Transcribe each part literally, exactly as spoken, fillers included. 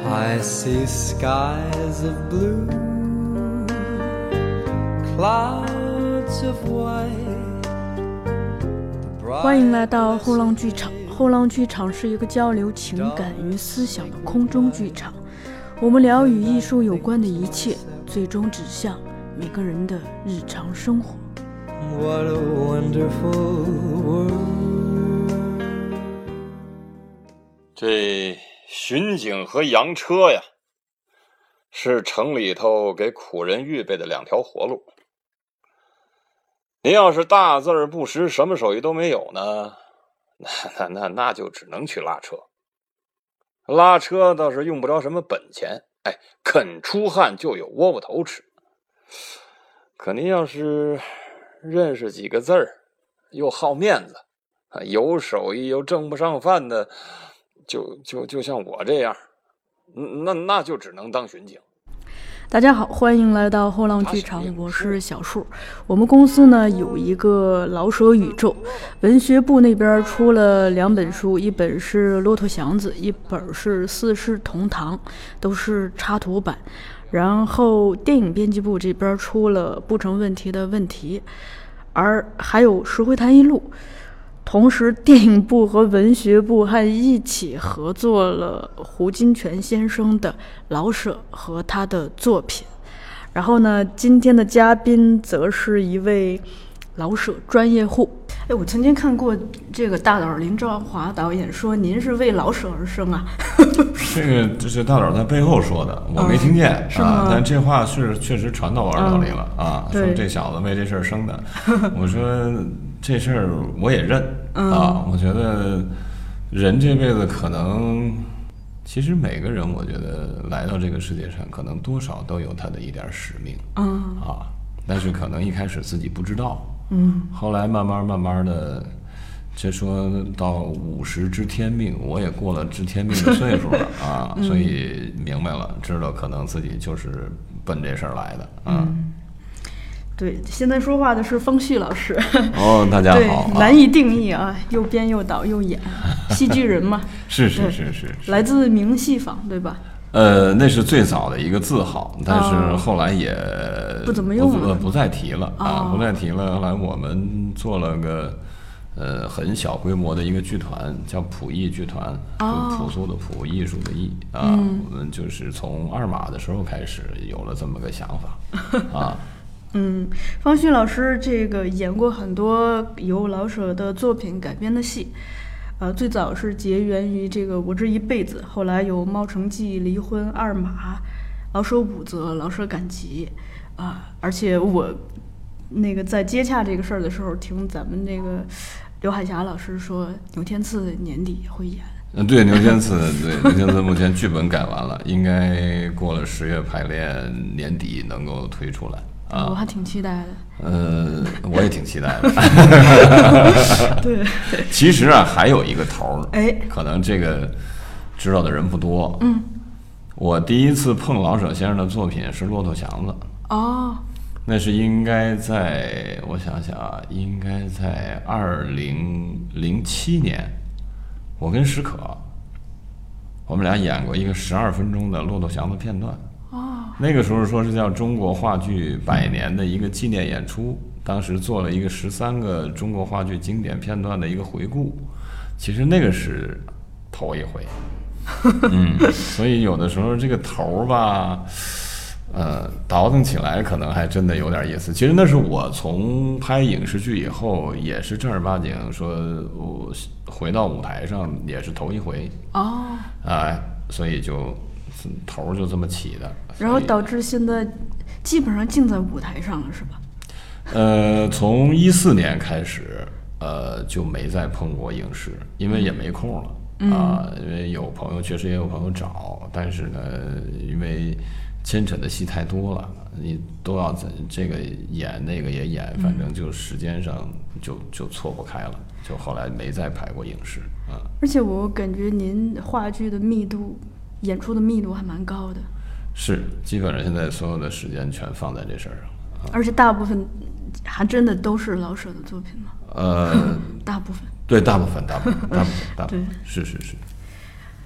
I see skies of blue, clouds of white. 欢迎来到后浪剧场。后浪剧场是一个交流情感与思想的空中剧场，我们聊与艺术有关的一切，最终指向每个人的日常生活。 What a wonderful world. 这巡警和洋车呀，是城里头给苦人预备的两条活路。您要是大字不识，什么手艺都没有呢，那那那那就只能去拉车。拉车倒是用不着什么本钱，哎，肯出汗就有窝窝头吃。可您要是认识几个字儿，又好面子，有手艺又挣不上饭的，就就就像我这样，那那就只能当巡警。 大家好，欢迎来到后浪剧场，我是小树。我们公司呢有一个老舍宇宙，文学部那边出了两本书，一本是《骆驼祥子》，一本是《四世同堂》，都是插图版。然后电影编辑部这边出了《不成问题的问题》，而还有《石灰谈一录》。同时电影部和文学部还一起合作了胡金铨先生的老舍和他的作品。然后呢，今天的嘉宾则是一位老舍专业户。哎，我曾经看过这个大导林兆华导演说您是为老舍而生啊。 这个这是大导在背后说的，我没听见、 嗯、 啊，但这话是确实传到我耳朵里了、嗯、啊，说这小子为这事儿生的。我说这事儿我也认、嗯、啊，我觉得人这辈子可能，其实每个人我觉得来到这个世界上，可能多少都有他的一点使命，嗯啊，但是可能一开始自己不知道，嗯，后来慢慢慢慢的。这说到五十知天命，我也过了知天命的岁数了啊，嗯、所以明白了，知道可能自己就是奔这事儿来的啊、嗯。 对，现在说话的是方旭老师。 哦，大家好。 对，难以定义啊，又编又导又演，戏剧人嘛。 是是是 是, 是。 来自明戏坊，对吧？ 呃，那是最早的一个字号，但是后来也不怎么用了， 不, 不再提了、哦、啊，不再提了。后来我们做了个。呃，很小规模的一个剧团，叫谱艺剧团，哦、朴素的朴，艺术的艺啊、嗯。我们就是从二马的时候开始有了这么个想法啊。 嗯，方旭老师这个演过很多由老舍的作品改编的戏，呃，最早是结缘于这个《我这一辈子》，后来有《猫城记》、《离婚》、《二马》、老舍五则、老舍赶集啊，而且我。那个在接洽这个事儿的时候，听咱们那个刘海霞老师说，牛天赐年底也会演。 嗯，对，牛天赐，对，牛天赐目前剧本改完了，应该过了十月排练，年底能够推出来。啊， 我还挺期待的。 呃，我也挺期待的。 对， 其实啊，还有一个头儿， 哎， 可能这个知道的人不多。 嗯， 我第一次碰老舍先生的作品是《骆驼祥子》。 哦。 那是应该在，我想想啊，应该在二零零七年，我跟史可，我们俩演过一个十二分钟的《骆驼祥子》片段。哦。那个时候说是叫中国话剧百年的一个纪念演出，当时做了一个十三个中国话剧经典片段的一个回顾。其实那个是头一回。嗯。所以有的时候这个头吧。呃，倒腾起来可能还真的有点意思。其实那是我从拍影视剧以后，也是正儿八经说，我回到舞台上也是头一回哦， 哎、呃，所以就头就这么起的。 然后导致现在基本上净在舞台上了，是吧？ 呃，从一四年开始，呃，就没再碰过影视，因为也没空了啊、呃。因为有朋友确实也有朋友找，但是呢，因为。牵扯的戏太多了，你都要在这个演那个也演，反正就时间上就就错不开了，就后来没再拍过影视啊。 而且我感觉您话剧的密度，演出的密度还蛮高的。 是，基本上现在所有的时间全放在这事儿上、啊。 而且大部分还真的都是老舍的作品吗？ 呃， 大部分。 对，大部分，大部分，大部分，大部分，是是是。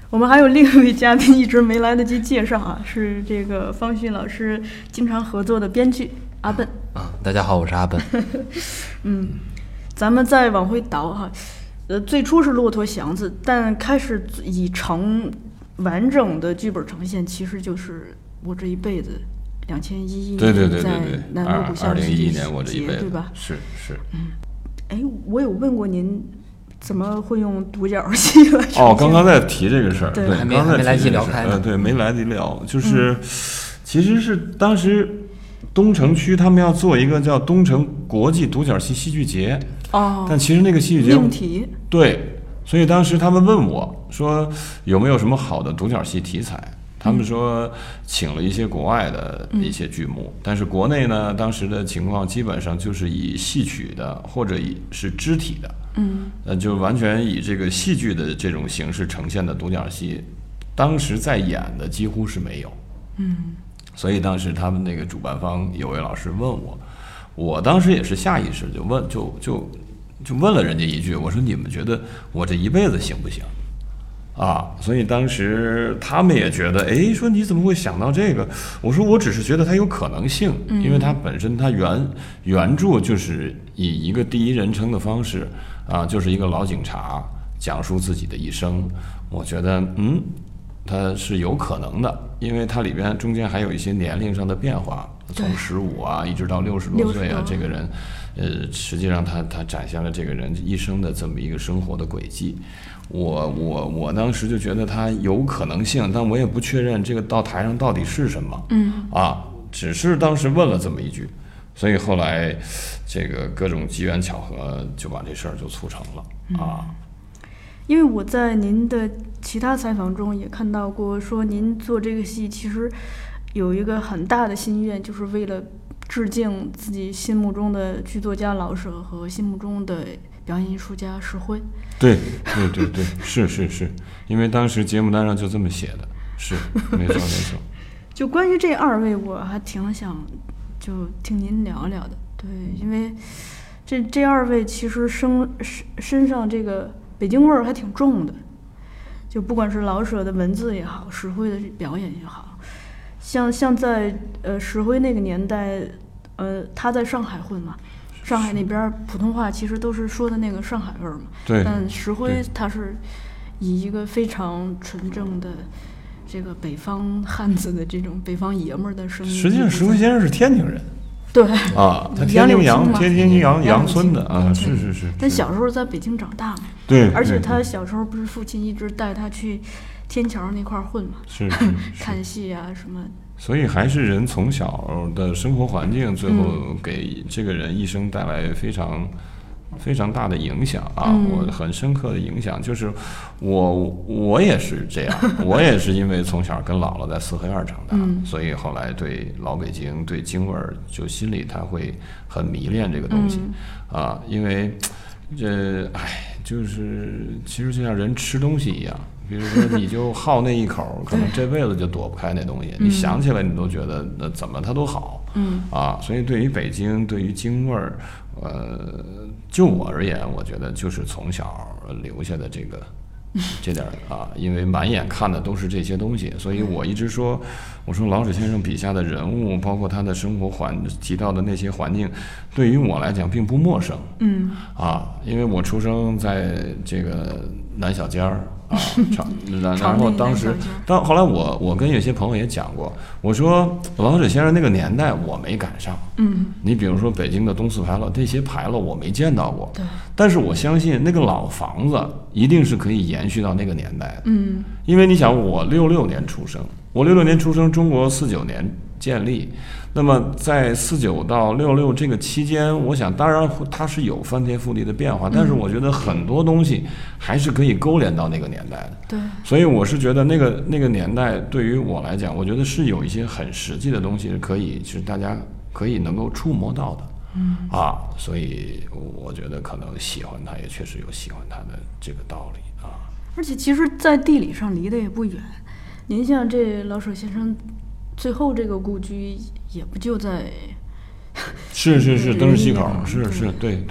我们还有另一位嘉宾一直没来得及介绍啊，是这个方旭老师经常合作的编剧阿笨。 啊，大家好，我是阿笨。 嗯，咱们再往回倒哈，呃，最初是骆驼祥子，但开始以成完整的剧本呈现，其实就是我这一辈子。两千一一对对对对在对， 南锣鼓巷二零一一年戏我这一辈子， 对吧？ 是是。 嗯，哎，我有问过您怎么会用独角戏来呈现？ 哦，刚刚在提这个事儿， 对， 还没刚才还没来及聊开开呢。 呃，对，没来得及聊，就是、 嗯、 其实是当时东城区他们要做一个叫东城国际独角戏戏剧节， 哦， 但其实那个戏剧节命题对，所以当时他们问我说有没有什么好的独角戏题材。他们说请了一些国外的一些剧目，嗯、但是国内呢，当时的情况基本上就是以戏曲的或者以是肢体的， 嗯， 呃，就完全以这个戏剧的这种形式呈现的独角戏，当时在演的几乎是没有， 嗯， 所以当时他们那个主办方有位老师问我，我当时也是下意识就问，就就就问了人家一句，我说你们觉得我这一辈子行不行？啊，所以当时他们也觉得，哎，说你怎么会想到这个？我说我只是觉得它有可能性，因为它本身它原原著就是以一个第一人称的方式，啊，就是一个老警察讲述自己的一生。我觉得，嗯，它是有可能的，因为它里边中间还有一些年龄上的变化，从十五啊一直到六十多岁啊，这个人，呃，实际上他他展现了这个人一生的这么一个生活的轨迹。我我我当时就觉得它有可能性，但我也不确认这个到台上到底是什么。 嗯啊，只是当时问了这么一句，所以后来这个各种机缘巧合就把这事儿就促成了、嗯、啊。 因为我在您的其他采访中也看到过，说您做这个戏其实有一个很大的心愿，就是为了致敬自己心目中的剧作家老舍和心目中的表演艺术家石辉。 对对对对，是是是，因为当时节目单上就这么写的，是没错没错。 就关于这二位，我还挺想就听您聊聊的。对，因为这这二位其实身身上这个北京味儿还挺重的，就不管是老舍的文字也好，石辉的表演也好，像像在呃石辉那个年代，呃他在上海混嘛。上海那边普通话其实都是说的那个上海味儿嘛， 对。 但石辉他是以一个非常纯正的这个北方汉子的这种北方爷们儿的声音。 实际上，石辉先生是天津人。 对。 啊，他天津阳天津阳阳村的啊，是是是。 但小时候在北京长大嘛。 对。 而且他小时候不是父亲一直带他去天桥那块混嘛， 是是看戏啊什么。 所以还是人从小的生活环境，最后给这个人一生带来非常、嗯、非常大的影响啊！ 嗯、 我很深刻的影响，就是我我也是这样，我也是因为从小跟姥姥在四合院长大， 嗯、 所以后来对老北京、对京味儿，就心里他会很迷恋这个东西、 嗯、 啊，因为这哎，就是其实就像人吃东西一样。比如说，你就好那一口，可能这辈子就躲不开那东西。你想起来，你都觉得那怎么它都好， 嗯啊。所以对于北京，对于京味儿，呃，就我而言，我觉得就是从小留下的这个这点啊，因为满眼看的都是这些东西，所以我一直说，我说老舍先生笔下的人物，包括他的生活环提到的那些环境，对于我来讲并不陌生， 嗯啊，因为我出生在这个南小尖儿。啊，然然后当时，当后来我我跟有些朋友也讲过，我说老舍先生那个年代我没赶上， 嗯， 你比如说北京的东四牌楼，这些牌楼我没见到过， 对， 但是我相信那个老房子一定是可以延续到那个年代的， 嗯， 因为你想我六六年出生，我六六年出生，中国四九年建立。那么在四九到六六这个期间，我想当然它是有翻天覆地的变化，但是我觉得很多东西还是可以勾连到那个年代的。 对， 所以我是觉得那个那个年代对于我来讲，我觉得是有一些很实际的东西是可以，是大家可以能够触摸到的。 嗯啊，所以我觉得可能喜欢它也确实有喜欢它的这个道理啊。 而且其实，在地理上离得也不远。您像这老舍先生。最后这个故居也不就在， 是是是，灯市西口，是是，对对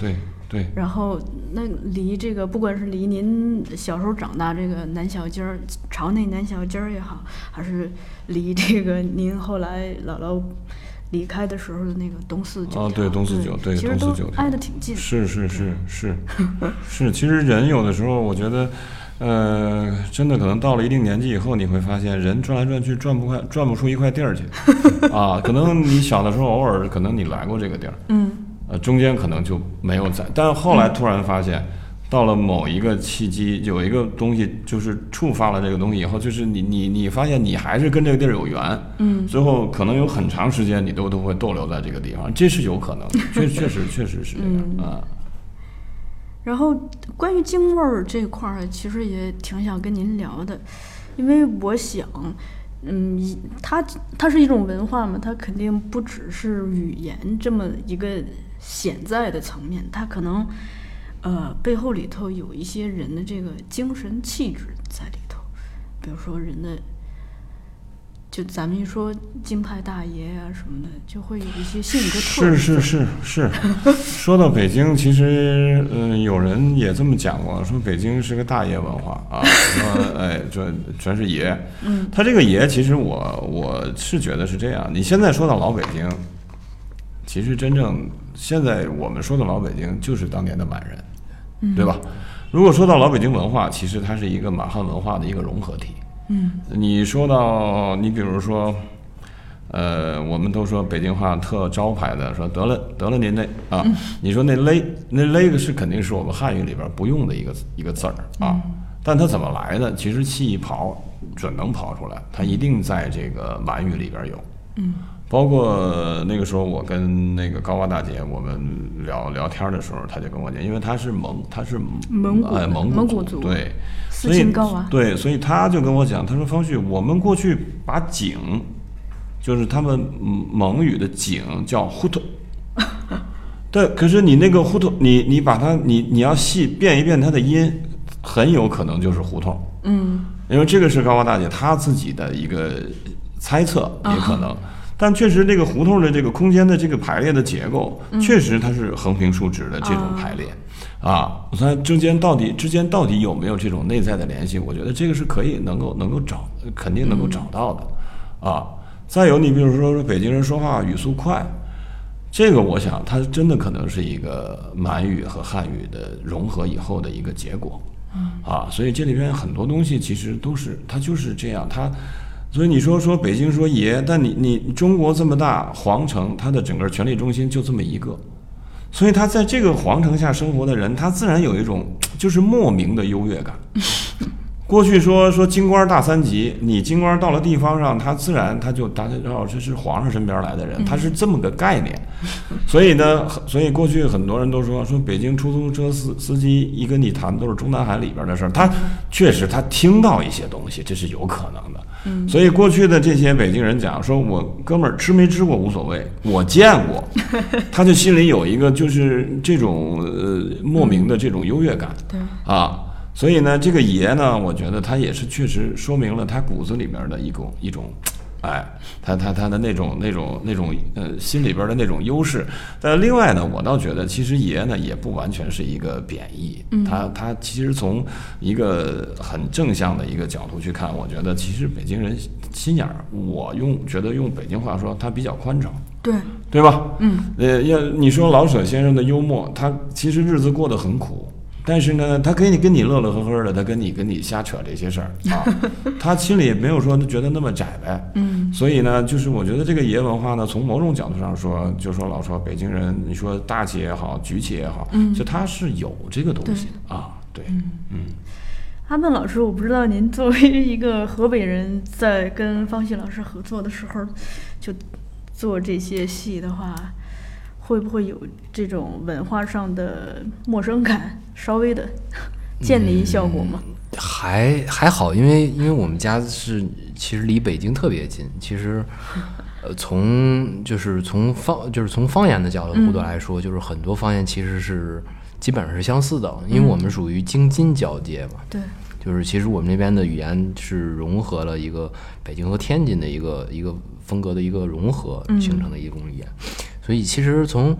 对。 然后那离这个不管是离您小时候长大这个南小街儿，朝内南小街儿也好，还是离这个您后来姥姥离开的时候的那个东四九啊，对，东四九，对， 其实都东四九挨得挺近。 是是是是是，其实人有的时候，我觉得。呃，真的可能到了一定年纪以后，你会发现人转来转去转不快，转不出一块地儿去啊。可能你小的时候偶尔可能你来过这个地儿，嗯，呃，中间可能就没有在，但后来突然发现，嗯、到了某一个契机，有一个东西就是触发了这个东西以后，就是你你你发现你还是跟这个地儿有缘，嗯，最后可能有很长时间你都都会逗留在这个地方，这是有可能的，确确实确实是这样、嗯、啊。 然后关于京味儿这块儿，其实也挺想跟您聊的，因为我想，嗯，它它是一种文化嘛，它肯定不只是语言这么一个显在的层面，它可能，呃，背后里头有一些人的这个精神气质在里头，比如说人的。就咱们一说京派大爷啊什么的，就会有一些性格特色。 是是是是。说到北京，其实嗯，有人也这么讲过，说北京是个大爷文化啊，说哎，这全是爷。嗯。他这个爷，其实我我是觉得是这样。你现在说到老北京，其实真正现在我们说的老北京，就是当年的满人，嗯、对吧？如果说到老北京文化，其实它是一个满汉文化的一个融合体。嗯，你说到你比如说，呃，我们都说北京话特招牌的，说得了得了您那啊，嗯、你说那勒那勒是肯定是我们汉语里边不用的一个一个字儿啊，嗯、但它怎么来的？其实气一刨准能刨出来，它一定在这个满语里边有。嗯，包括那个时候我跟那个高洼大姐我们聊聊天的时候，她就跟我讲，因为她是蒙她是蒙古哎蒙蒙古族对。 所以对，所以他就跟我讲，他说方旭，我们过去把井，就是他们蒙语的井叫呼头，对，可是你那个呼头，你你把它你你要细变一变它的音，很有可能就是胡同，嗯，因为这个是高洼大姐她自己的一个猜测，也可能。哦，但确实，这个胡同的这个空间的这个排列的结构，嗯、确实它是横平竖直的这种排列，哦、啊，它之间到底之间到底有没有这种内在的联系？我觉得这个是可以能够能够找，肯定能够找到的，嗯、啊。再有，你比如说北京人说话语速快，这个我想它真的可能是一个满语和汉语的融合以后的一个结果，嗯、啊，所以这里边很多东西其实都是它就是这样，它。所以你说说北京说爷，但你你中国这么大，皇城它的整个权力中心就这么一个，所以他在这个皇城下生活的人，他自然有一种就是莫名的优越感。过去说说京官大三级，你京官到了地方上，他自然他就大家知道这是皇上身边来的人，他是这么个概念。所以呢，所以过去很多人都说说北京出租车司司机一跟你谈都是中南海里边的事儿，他确实他听到一些东西，这是有可能的。嗯，所以过去的这些北京人讲说，我哥们儿吃没吃过无所谓，我见过，他就心里有一个就是这种呃莫名的这种优越感。对啊。所以呢，这个爷呢，我觉得他也是确实说明了他骨子里面的一种一种，哎，他他他的那种那种那种呃心里边的那种优势。但另外呢，我倒觉得其实爷呢也不完全是一个贬义，嗯、他他其实从一个很正向的一个角度去看，我觉得其实北京人心眼儿，我用觉得用北京话说，他比较宽敞。对对吧？嗯，呃，要你说老舍先生的幽默，他其实日子过得很苦。但是呢，他跟你跟你乐乐呵呵的，他跟你跟你瞎扯这些事儿啊，他心里也没有说觉得那么窄呗。嗯，所以呢，就是我觉得这个爷文化呢，从某种角度上说，就说老说北京人，你说大气也好，局气也好，嗯，就他是有这个东西啊。对，嗯嗯。 阿笨老师，我不知道您作为一个河北人，在跟方旭老师合作的时候，就做这些戏的话。会不会有这种文化上的陌生感，稍微的建立效果吗？ 嗯、还还好，因为因为我们家是其实离北京特别近，其实呃从就是从方就是从方言的角度来说，嗯、就是很多方言其实是基本上是相似的，因为我们属于京津交界嘛。对。就是其实我们那边的语言是融合了一个北京和天津的一个一个风格的一个融合形成的一种语言。嗯，所以其实从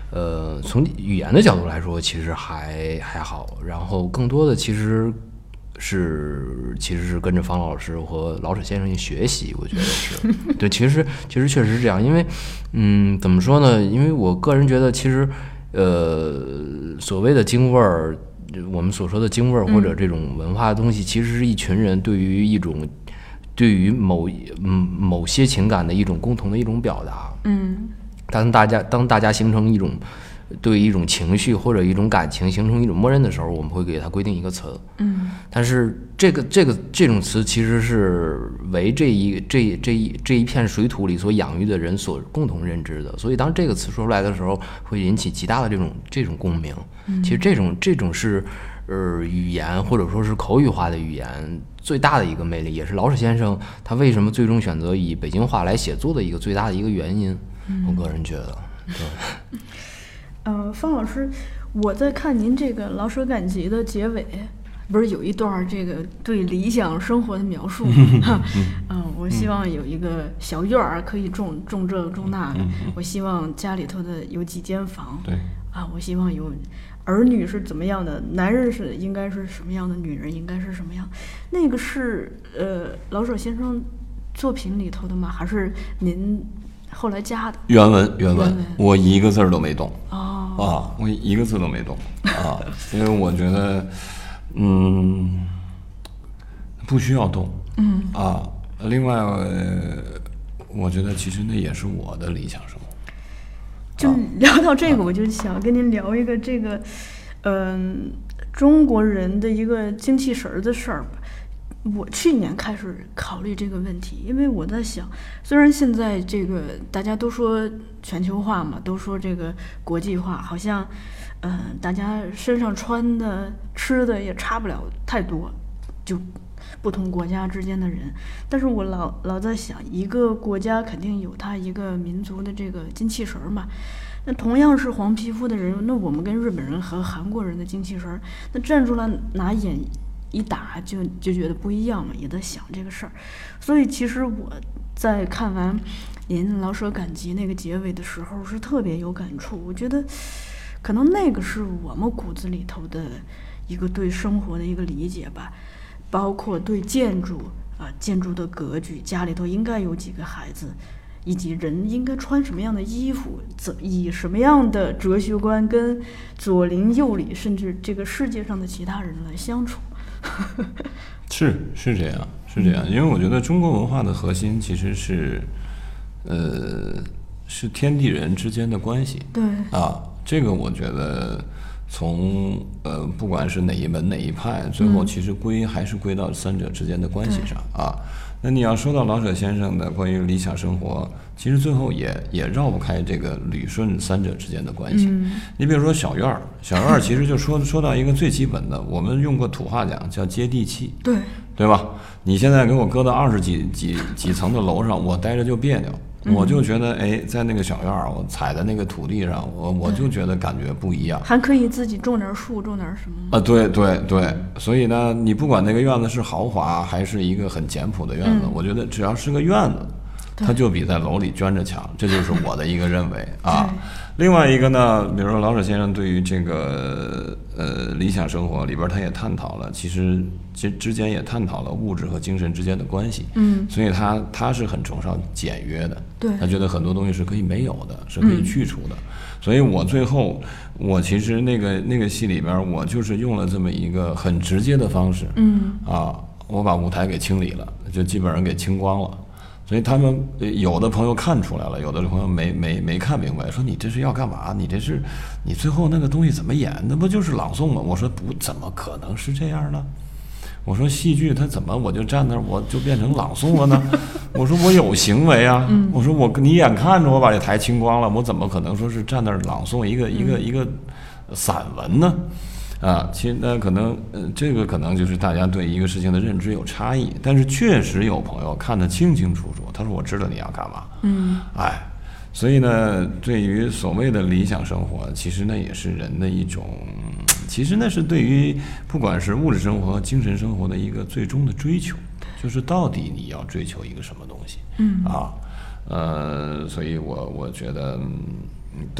呃，从语言的角度来说，其实还还好。然后更多的其实是其实是跟着方老师和老舍先生学习，我觉得是对。其实其实确实是这样，因为嗯，怎么说呢？因为我个人觉得，其实呃，所谓的京味儿，我们所说的京味儿或者这种文化的东西，其实是一群人对于一种对于某嗯某些情感的一种共同的一种表达。 嗯。 当大家当大家形成一种对一种情绪或者一种感情形成一种默认的时候，我们会给它规定一个词。 嗯， 但是这个这个这种词其实是为这一这这一这一片水土里所养育的人所共同认知的，所以当这个词说出来的时候，会引起极大的这种这种共鸣。 嗯， 其实这种这种是呃语言或者说是口语化的语言最大的一个魅力，也是老舍先生他为什么最终选择以北京话来写作的一个最大的一个原因。我个人觉得，对。 呃，方老师，我在看您这个《老舍感集》的结尾，不是有一段这个对理想生活的描述吗？嗯，我希望有一个小院儿可以种种这种那个，我希望家里头的有几间房， 对啊，我希望有儿女是怎么样的，男人是应该是什么样的，女人应该是什么样。那个是呃老舍先生作品里头的吗？还是您后来加的？ 原文原文， 原文我一个字儿都没动。 哦啊，我一个字都没动啊，因为我觉得，嗯，不需要动。 嗯啊，另外，呃我觉得其实那也是我的理想生活。 就聊到这个，我就想跟您聊一个这个，嗯、中国人的一个精气神儿的事儿吧。我去年开始考虑这个问题，因为我在想，虽然现在这个大家都说全球化嘛，都说这个国际化，好像，嗯、大家身上穿的、吃的也差不了太多，就不同国家之间的人。但是我老老在想，一个国家肯定有它一个民族的这个精气神儿嘛。那同样是黄皮肤的人，那我们跟日本人和韩国人的精气神儿，那站出来拿眼一打就就觉得不一样嘛，也在想这个事儿。所以其实我在看完您老舍感集那个结尾的时候是特别有感触，我觉得可能那个是我们骨子里头的一个对生活的一个理解吧，包括对建筑啊，建筑的格局，家里头应该有几个孩子，以及人应该穿什么样的衣服，怎以什么样的哲学观跟左邻右里甚至这个世界上的其他人来相处。 是是这样，是这样，因为我觉得中国文化的核心其实是，呃，是天地人之间的关系。 对啊，这个我觉得从呃不管是哪一门哪一派，最后其实归、嗯、还是归到三者之间的关系上啊。那你要说到老舍先生的关于理想生活，其实最后也也绕不开这个捋顺三者之间的关系。 嗯、 你比如说小院儿，小院儿其实就说说到一个最基本的，我们用过土话讲叫接地气， 对对吧？你现在给我搁到二十几几几层的楼上，我待着就别扭。我就觉得，哎，在那个小院儿，我踩在那个土地上，我我就觉得感觉不一样。 还可以自己种点树，种点什么啊？对对对，所以呢，你不管那个院子是豪华还是一个很简朴的院子，嗯、我觉得只要是个院子，它就比在楼里捐着强，这就是我的一个认为啊。另外一个呢，比如说老舍先生对于这个呃理想生活里边，他也探讨了，其实之之间也探讨了物质和精神之间的关系。嗯，所以他他是很崇尚简约的， 对， 他觉得很多东西是可以没有的，是可以去除的。嗯、所以我最后我其实那个那个戏里边，我就是用了这么一个很直接的方式，嗯啊，我把舞台给清理了，就基本上给清光了。所以他们有的朋友看出来了，有的朋友没没没看明白，说你这是要干嘛？你这是你最后那个东西怎么演？那不就是朗诵吗？我说不，怎么可能是这样呢？我说戏剧它怎么我就站那儿我就变成朗诵了呢？我说我有行为啊，我说我你眼看着我把这台清光了，我怎么可能说是站那儿朗诵一个一个一个散文呢？啊，其实呢，可能呃，这个可能就是大家对一个事情的认知有差异，但是确实有朋友看得清清楚楚。他说：“我知道你要干嘛。”嗯，哎，所以呢，对于所谓的理想生活，其实那也是人的一种，其实那是对于不管是物质生活、精神生活的一个最终的追求，就是到底你要追求一个什么东西。嗯啊，呃，所以我我觉得，嗯，对。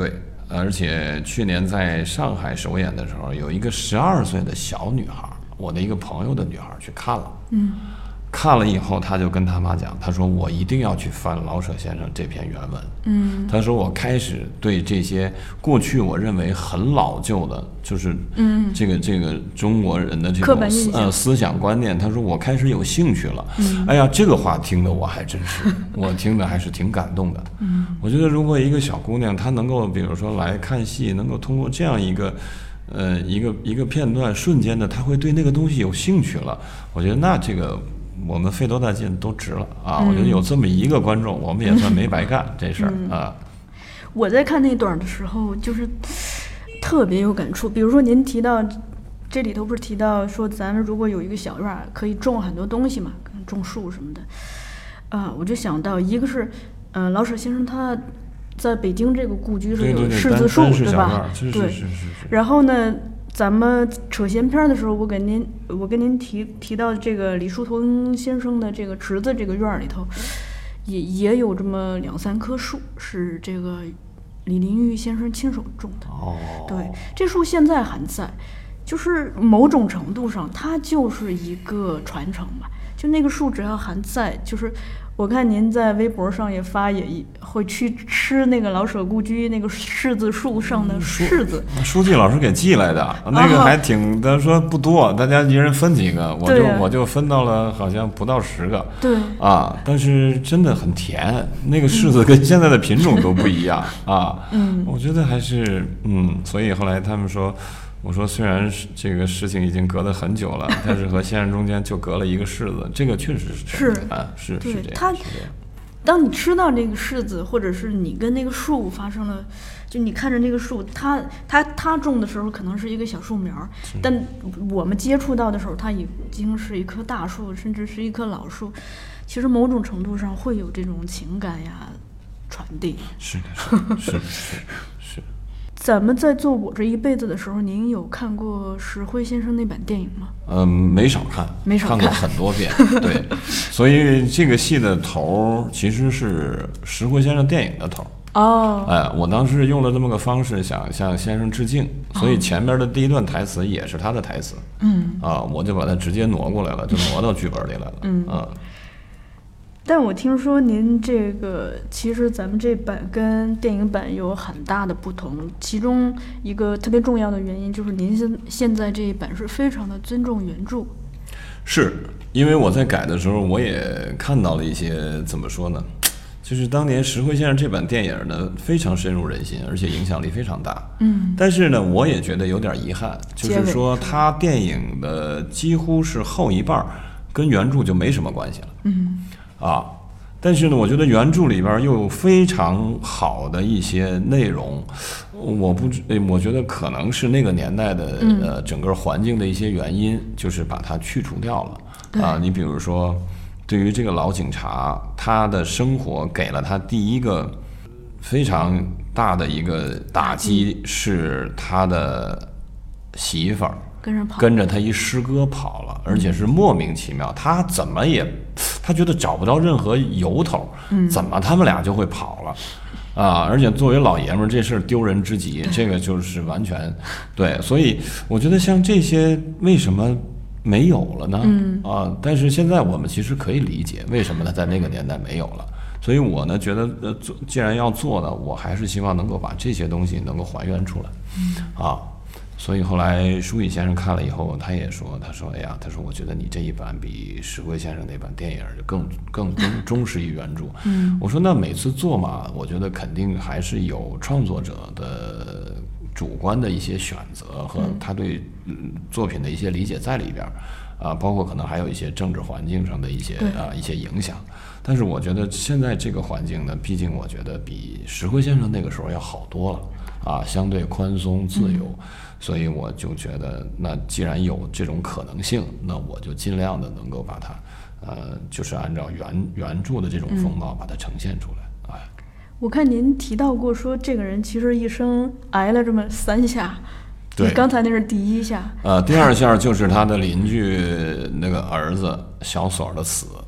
而且去年在上海首演的时候，有一个十二岁的小女孩，我的一个朋友的女孩去看了， 嗯， 看了以后，他就跟他妈讲，他说我一定要去翻老舍先生这篇原文。 嗯， 他说我开始对这些过去我认为很老旧的，就是嗯这个这个中国人的这刻种板印象思呃思想观念，他说我开始有兴趣了。 嗯哎呀，这个话听得我还真是，我听的还是挺感动的。 嗯， 我觉得如果一个小姑娘她能够比如说来看戏，能够通过这样一个。呃，一个一个片段，瞬间的，她会对那个东西有兴趣了。我觉得那这个我们费多大劲都值了啊！ 嗯、 我觉得有这么一个观众，我们也算没白干、嗯、这事儿啊。 我在看那段的时候，就是特别有感触。比如说您提到这里头不是提到说，咱们如果有一个小院儿，可以种很多东西嘛，种树什么的。啊，我就想到一个是，呃，老舍先生他。在北京这个故居是有柿子树， 对, 对, 对, 对吧？对。然后呢，咱们扯闲篇的时候，我给您，我跟您提提到这个李叔同先生的这个侄子这个院里头，也也有这么两三棵树，是这个李林玉先生亲手种的。 哦。 对，这树现在还在，就是某种程度上，它就是一个传承吧。就那个树只要还在，就是。我看您在微博上也发，也会去吃那个老舍故居那个柿子树上的柿子。 书记老师给寄来的，那个还挺，他说不多，大家一人分几个，我就我就分到了好像不到十个。 对啊，但是真的很甜，那个柿子跟现在的品种都不一样啊。嗯，我觉得还是嗯，所以后来他们说。我说，虽然这个事情已经隔了很久了，但是和先生中间就隔了一个柿子，这个确实是是啊，是是这样。 他，当你吃到这个柿子，或者是你跟那个树发生了，就你看着那个树，它它它种的时候可能是一个小树苗，但我们接触到的时候，它已经是一棵大树，甚至是一棵老树。其实某种程度上会有这种情感呀传递。 是的，是是是。 咱们在做我这一辈子的时候，您有看过石灰先生那版电影吗？ 嗯，没少看， 没少看， 看过很多遍。对，所以这个戏的头其实是石灰先生电影的头。 哦， 哎，我当时用了这么个方式想向先生致敬，所以前面的第一段台词也是他的台词。 嗯， 啊，我就把它直接挪过来了，就挪到剧本里来了。 嗯啊。 但我听说您这个，其实咱们这版跟电影版有很大的不同，其中一个特别重要的原因就是您现现在这一版是非常的尊重原著。 是因为我在改的时候，我也看到了一些怎么说呢，就是当年石灰先生这版电影呢非常深入人心，而且影响力非常大。 嗯， 但是呢，我也觉得有点遗憾，就是说他电影的几乎是后一半跟原著就没什么关系了。 嗯。 啊，但是呢，我觉得原著里边又有非常好的一些内容，我不，我觉得可能是那个年代的、嗯、呃整个环境的一些原因，就是把它去除掉了。啊，你比如说，对于这个老警察，他的生活给了他第一个非常大的一个打击，是他的媳妇儿。 跟着跑， 跟着他一师哥跑了，而且是莫名其妙，他怎么也，他觉得找不到任何由头， 嗯， 怎么他们俩就会跑了，啊！而且作为老爷们儿，这事儿丢人之极，这个就是完全对，所以我觉得像这些为什么没有了呢？ 嗯啊，但是现在我们其实可以理解为什么他在那个年代没有了。所以我呢觉得，呃，做既然要做呢，我还是希望能够把这些东西能够还原出来， 嗯啊。所以后来舒乙先生看了以后，他也说，他说，哎呀，他说我觉得你这一版比石灰先生那版电影更更忠忠实于原著。 嗯， 我说那每次做嘛，我觉得肯定还是有创作者的主观的一些选择和他对作品的一些理解在里边，啊，包括可能还有一些政治环境上的一些啊一些影响。但是我觉得现在这个环境呢，毕竟我觉得比石灰先生那个时候要好多了啊，相对宽松自由。嗯，所以我就觉得，那既然有这种可能性，那我就尽量的能够把它，呃，就是按照原原著的这种风貌把它呈现出来。哎， 我看您提到过说，这个人其实一生挨了这么三下。 对， 刚才那是第一下。 呃，第二下就是他的邻居那个儿子小锁的死。 对。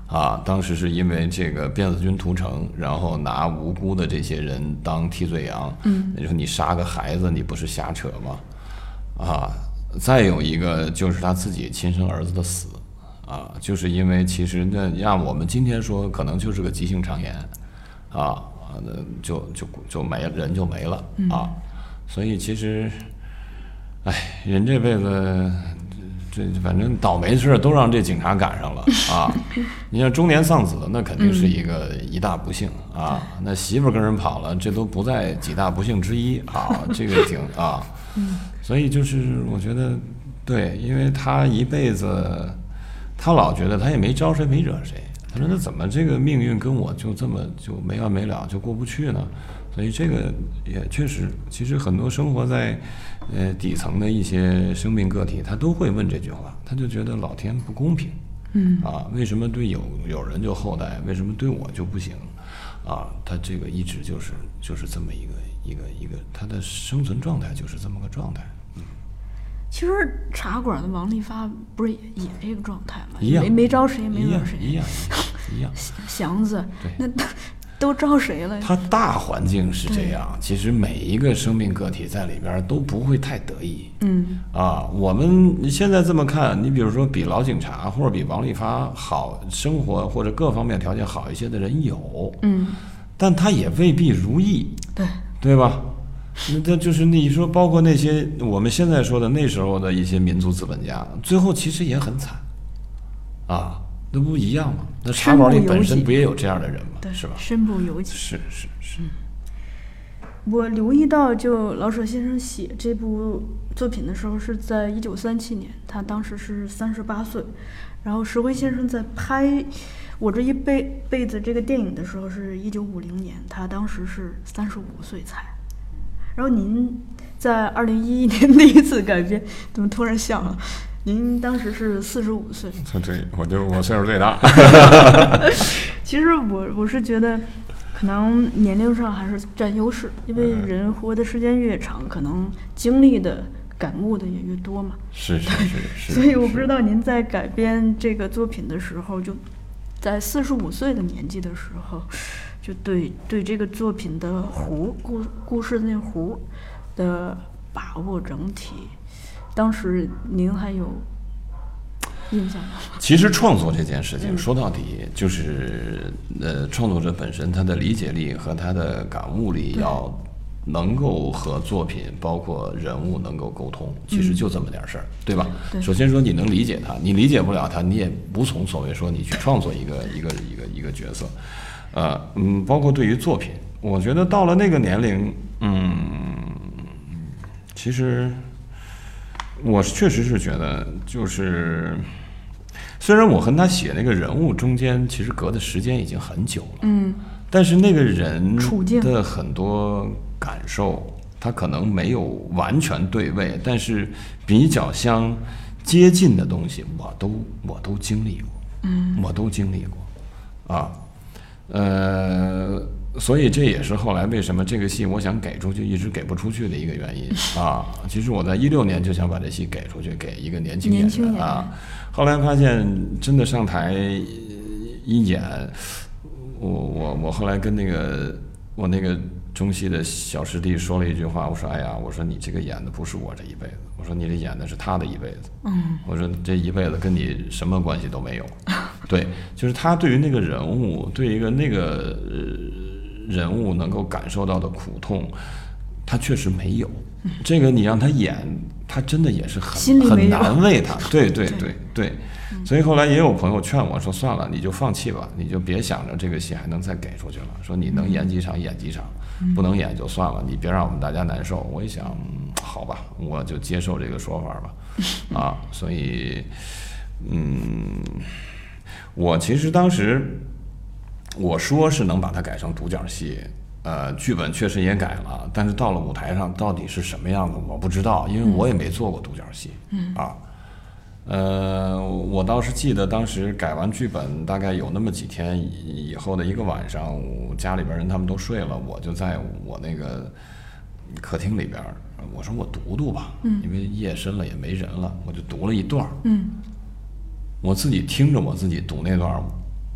啊，当时是因为这个辫子军屠城，然后拿无辜的这些人当替罪羊。嗯，你说你杀个孩子，你不是瞎扯吗？啊，再有一个就是他自己亲生儿子的死，啊，就是因为其实那让我们今天说可能就是个急性肠炎，啊，那就就就没人就没了啊，所以其实，哎，人这辈子。这反正倒霉事都让这警察赶上了啊！你像中年丧子，那肯定是一个一大不幸啊。那媳妇儿跟人跑了，这都不在几大不幸之一啊。这个挺啊，所以就是我觉得对，因为他一辈子，他老觉得他也没招谁没惹谁，他说那怎么这个命运跟我就这么就没完没了就过不去呢？所以这个也确实，其实很多生活在呃底层的一些生命个体，他都会问这句话，他就觉得老天不公平，嗯啊，为什么对有有人就厚待，为什么对我就不行？啊，他这个一直就是就是这么一个一个一个，他的生存状态就是这么个状态。嗯， 其实茶馆的王利发不是也这个状态吗？ 一样， 没没招谁，没惹谁， 一样一样。 祥子，那都招谁了？ 他大环境是这样，其实每一个生命个体在里边都不会太得意。嗯啊，我们现在这么看，你比如说比老警察或者比王利发好生活或者各方面条件好一些的人有，嗯，但他也未必如意， 对对吧？那这就是你说，包括那些我们现在说的那时候的一些民族资本家，最后其实也很惨，啊。那不一样吗？那茶馆里本身不也有这样的人吗？是吧？ 身不由己。 是是是。 嗯，我留意到，就老舍先生写这部作品的时候是在一九三七年，他当时是三十八岁。然后石灰先生在拍《我这一辈辈子》这个电影的时候是一九五零年，他当时是三十五岁才。然后您在二零一一年第一次改编，怎么突然笑了？您当时是四十五岁， 对，我就我岁数最大。 其实我我是觉得，可能年龄上还是占优势，因为人活的时间越长，可能经历的、感悟的也越多嘛。 是是是是。 所以我不知道您在改编这个作品的时候，就在四十五岁的年纪的时候，就对对这个作品的弧故故事的那弧的把握整体。当时您还有印象吗？ 其实创作这件事情说到底就是呃创作者本身他的理解力和他的感悟力要能够和作品包括人物能够沟通，其实就这么点事儿、嗯、对吧？ 对， 首先说你能理解他，你理解不了他，你也无从所谓说你去创作一个一个一个一个角色。呃嗯，包括对于作品，我觉得到了那个年龄，嗯，其实我确实是觉得，就是虽然我和他写那个人物中间其实隔的时间已经很久了，嗯，但是那个人的很多感受，他可能没有完全对位，但是比较相接近的东西，我都我都经历过，嗯，我都经历过，啊，呃。所以这也是后来为什么这个戏我想给出去一直给不出去的一个原因啊。其实我在一六年就想把这戏给出去，给一个年轻演员啊。后来发现真的上台一演，我我我后来跟那个我那个中戏的小师弟说了一句话，我说哎呀，我说你这个演的不是我这一辈子，我说你这演的是他的一辈子，嗯，我说这一辈子跟你什么关系都没有。对，就是他对于那个人物，对一个那个。呃人物能够感受到的苦痛，他确实没有。嗯、这个你让他演，他真的也是很很难为他。对对对对，嗯、所以后来也有朋友劝我说：“算了，你就放弃吧，你就别想着这个戏还能再给出去了。说你能演几场演几场，嗯、不能演就算了，你别让我们大家难受。”我一想，好吧，我就接受这个说法吧。啊，所以，嗯，我其实当时。我说是能把它改成独角戏，呃，剧本确实也改了，但是到了舞台上到底是什么样的我不知道，因为我也没做过独角戏，嗯啊，呃，我倒是记得当时改完剧本，大概有那么几天以后的一个晚上，我家里边人他们都睡了，我就在我那个客厅里边，我说我读读吧，嗯，因为夜深了也没人了，我就读了一段，嗯，我自己听着我自己读那段。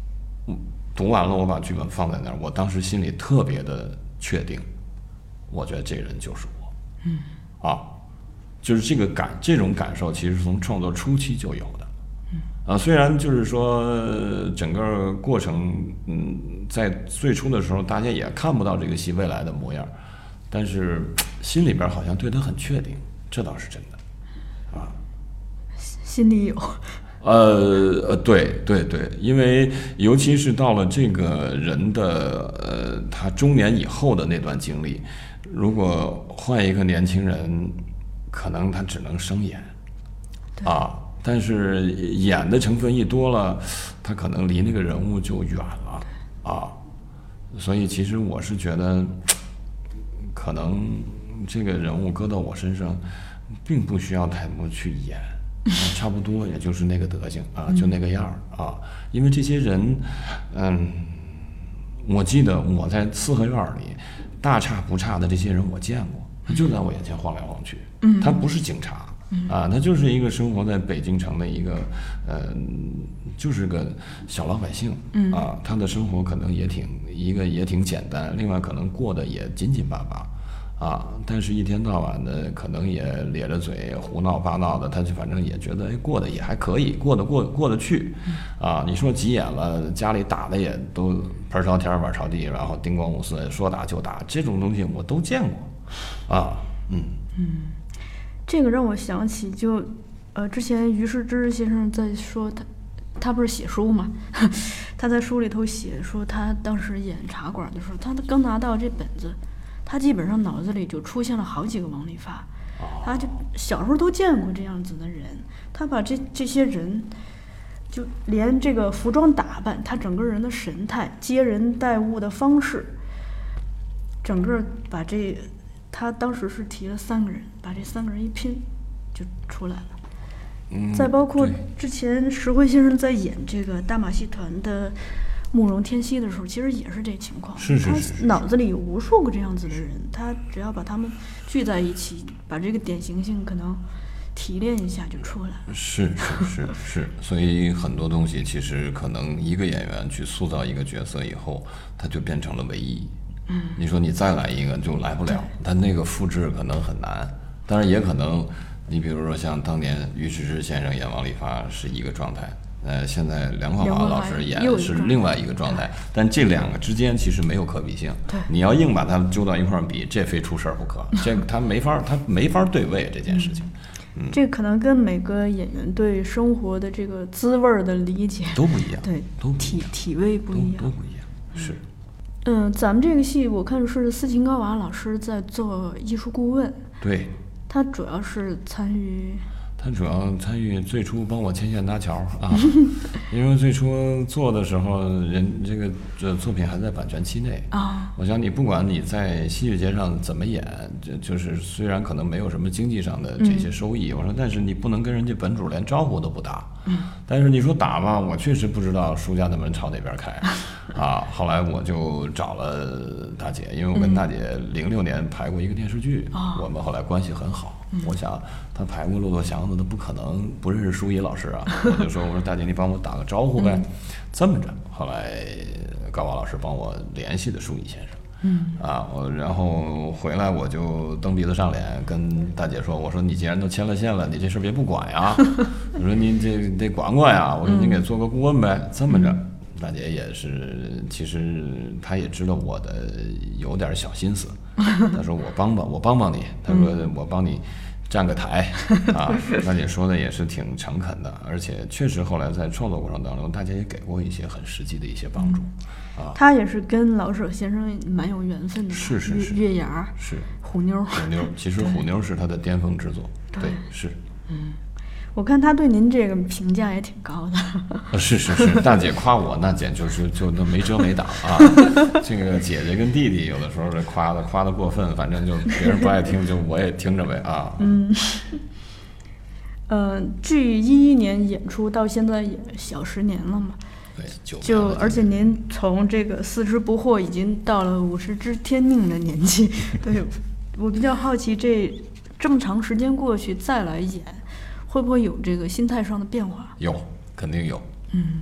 读完了，我把剧本放在那儿，我当时心里特别的确定，我觉得这人就是我。嗯，啊，就是这个感，这种感受其实从创作初期就有的。嗯，啊，虽然就是说整个过程，嗯，在最初的时候大家也看不到这个戏未来的模样，但是心里边好像对他很确定，这倒是真的。啊， 心里有。 呃呃，对对对，因为尤其是到了这个人的呃他中年以后的那段经历，如果换一个年轻人，可能他只能生演，啊，但是演的成分一多了，他可能离那个人物就远了啊，所以其实我是觉得，可能这个人物搁到我身上，并不需要太多去演。差不多也就是那个德行啊，就那个样儿啊。因为这些人，嗯，我记得我在四合院里大差不差的这些人我见过，他就在我眼前晃来晃去。嗯，他不是警察啊，他就是一个生活在北京城的一个，呃，就是个小老百姓啊。他的生活可能也挺一个也挺简单，另外可能过得也紧紧巴巴。啊，但是一天到晚的可能也咧着嘴胡闹八闹的，他就反正也觉得哎过得也还可以，过得过过得去，啊，你说急眼了，家里打的也都盆朝天碗朝地，然后叮咣五四，说打就打，这种东西我都见过，啊，嗯嗯，这个让我想起就，呃，之前于世之先生在说他，他不是写书嘛，他在书里头写说他当时演茶馆的时候，他刚拿到这本子。他基本上脑子里就出现了好几个王利发，他就小时候都见过这样子的人，他把这这些人，就连这个服装打扮，他整个人的神态、接人待物的方式，整个把这，他当时是提了三个人，把这三个人一拼，就出来了。嗯，再包括之前石辉先生在演这个大马戏团的慕容天熙的时候，其实也是这情况。 是是是， 他脑子里有无数个这样子的人，他只要把他们聚在一起，把这个典型性可能提炼一下就出来了。 是是是是，所以很多东西其实可能一个演员去塑造一个角色以后，他就变成了唯一。嗯，你说你再来一个就来不了，但那个复制可能很难，当然也可能，你比如说像当年于世之先生演王利发是一个状态。呃，现在梁冠华老师演是另外一个状态，但这两个之间其实没有可比性。 对， 你要硬把它们揪到一块儿比，这非出事儿不可。这他没法，他没法对位这件事情。嗯， 这可能跟每个演员对生活的这个滋味的理解都不一样。 对， 都不体体味不一样， 都不一样。是。 嗯，咱们这个戏我看是斯琴高娃老师在做艺术顾问。 对。 他主要是参与。 他主要参与最初帮我牵线搭桥啊，因为最初做的时候，人这个这作品还在版权期内啊。我想你不管你在戏剧节上怎么演，就就是虽然可能没有什么经济上的这些收益，我说但是你不能跟人家本主连招呼都不打。嗯。但是你说打吧，我确实不知道书家的门朝哪边开啊。后来我就找了大姐，因为我跟大姐零六年排过一个电视剧，我们后来关系很好。我想他排过《骆驼祥子》，他不可能不认识舒怡老师啊！我就说：“我说大姐，你帮我打个招呼呗。”这么着，后来高娃老师帮我联系的舒怡先生。嗯啊，我然后回来我就蹬鼻子上脸跟大姐说：“我说你既然都牵了线了，你这事别不管呀！我说你这得管管呀！我说你给做个顾问呗。”这么着，大姐也是，其实她也知道我的有点小心思。她说：“我帮帮我帮帮你。”她说：“我帮你站个台啊。”大姐说的也是挺诚恳的，而且确实后来在创作过程当中，大姐也给过一些很实际的一些帮助啊。 她也是跟老舍先生蛮有缘分的， 是是是， 月牙是虎妞， 虎妞其实虎妞是她的巅峰之作，对是， 嗯。我看他对您这个评价也挺高的。 是是是，大姐夸我那简直是就都没遮没挡啊！这个姐姐跟弟弟有的时候这夸的夸的过分，反正就别人不爱听，就我也听着呗啊。 嗯。呃，距一一年演出到现在也小十年了嘛。 对，就就而且您从这个四肢不惑已经到了五十知天命的年纪，对我比较好奇，这这么长时间过去再来演。会不会有这个心态上的变化？ 有，肯定有。 嗯， 对，